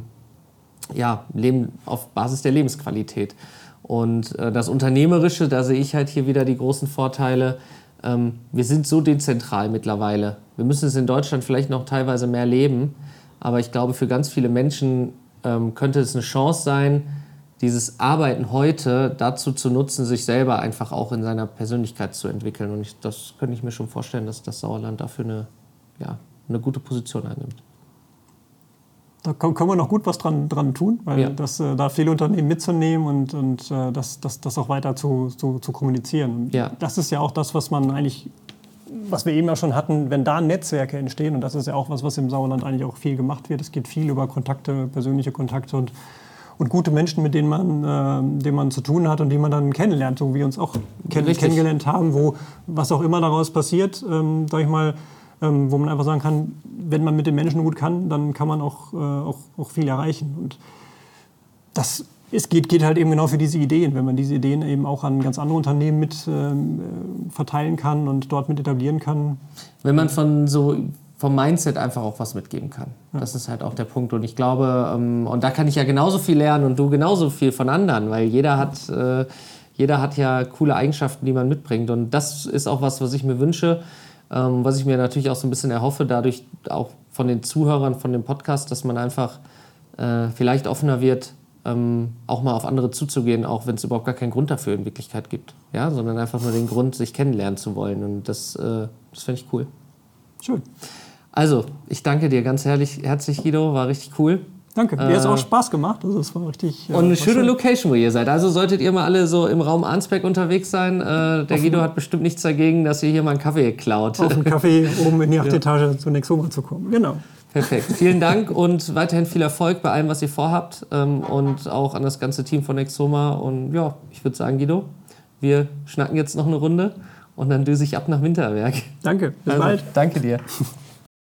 C: Leben auf Basis der Lebensqualität. Und das Unternehmerische, da sehe ich halt hier wieder die großen Vorteile. Wir sind so dezentral mittlerweile. Wir müssen es in Deutschland vielleicht noch teilweise mehr leben. Aber ich glaube, für ganz viele Menschen könnte es eine Chance sein, dieses Arbeiten heute dazu zu nutzen, sich selber einfach auch in seiner Persönlichkeit zu entwickeln. Und das könnte ich mir schon vorstellen, dass das Sauerland dafür eine gute Position einnimmt.
B: Da können wir noch gut was dran tun, weil da viele Unternehmen mitzunehmen und das auch weiter zu kommunizieren.
C: Ja.
B: Das ist ja auch das, was wir eben ja schon hatten, wenn da Netzwerke entstehen. Und das ist ja auch was im Sauerland eigentlich auch viel gemacht wird. Es geht viel über Kontakte, persönliche Kontakte und gute Menschen, mit denen man zu tun hat und die man dann kennenlernt, so wie wir uns auch kennengelernt haben, wo was auch immer daraus passiert, sag ich mal, wo man einfach sagen kann, wenn man mit den Menschen gut kann, dann kann man auch viel erreichen. Und es geht halt eben genau für diese Ideen, wenn man diese Ideen eben auch an ganz andere Unternehmen mit verteilen kann und dort mit etablieren kann.
A: Wenn man vom Mindset einfach auch was mitgeben kann. Ja. Das ist halt auch der Punkt. Und ich glaube, und da kann ich ja genauso viel lernen und du genauso viel von anderen, weil jeder hat ja coole Eigenschaften, die man mitbringt. Und das ist auch was ich mir wünsche, was ich mir natürlich auch so ein bisschen erhoffe, dadurch auch von den Zuhörern von dem Podcast, dass man einfach vielleicht offener wird, auch mal auf andere zuzugehen, auch wenn es überhaupt gar keinen Grund dafür in Wirklichkeit gibt. Ja? Sondern einfach nur den Grund, sich kennenlernen zu wollen. Und das fände ich cool.
B: Schön.
A: Also, ich danke dir ganz herzlich, Guido. War richtig cool.
B: Danke. Mir hat es auch Spaß gemacht. Also, es war richtig.
A: Und eine schöne Location, wo ihr seid. Also solltet ihr mal alle so im Raum Arnsberg unterwegs sein. Der Guido hat bestimmt nichts dagegen, dass ihr hier mal einen Kaffee klaut.
B: Auf einen Kaffee oben in die 8. Etage zu Nexoma zu kommen. Genau.
A: Perfekt. Vielen Dank und weiterhin viel Erfolg bei allem, was ihr vorhabt. Und auch an das ganze Team von Nexoma. Und ja, ich würde sagen, Guido, wir schnacken jetzt noch eine Runde und dann düse ich ab nach Winterberg.
B: Danke. Bis bald.
A: Danke dir.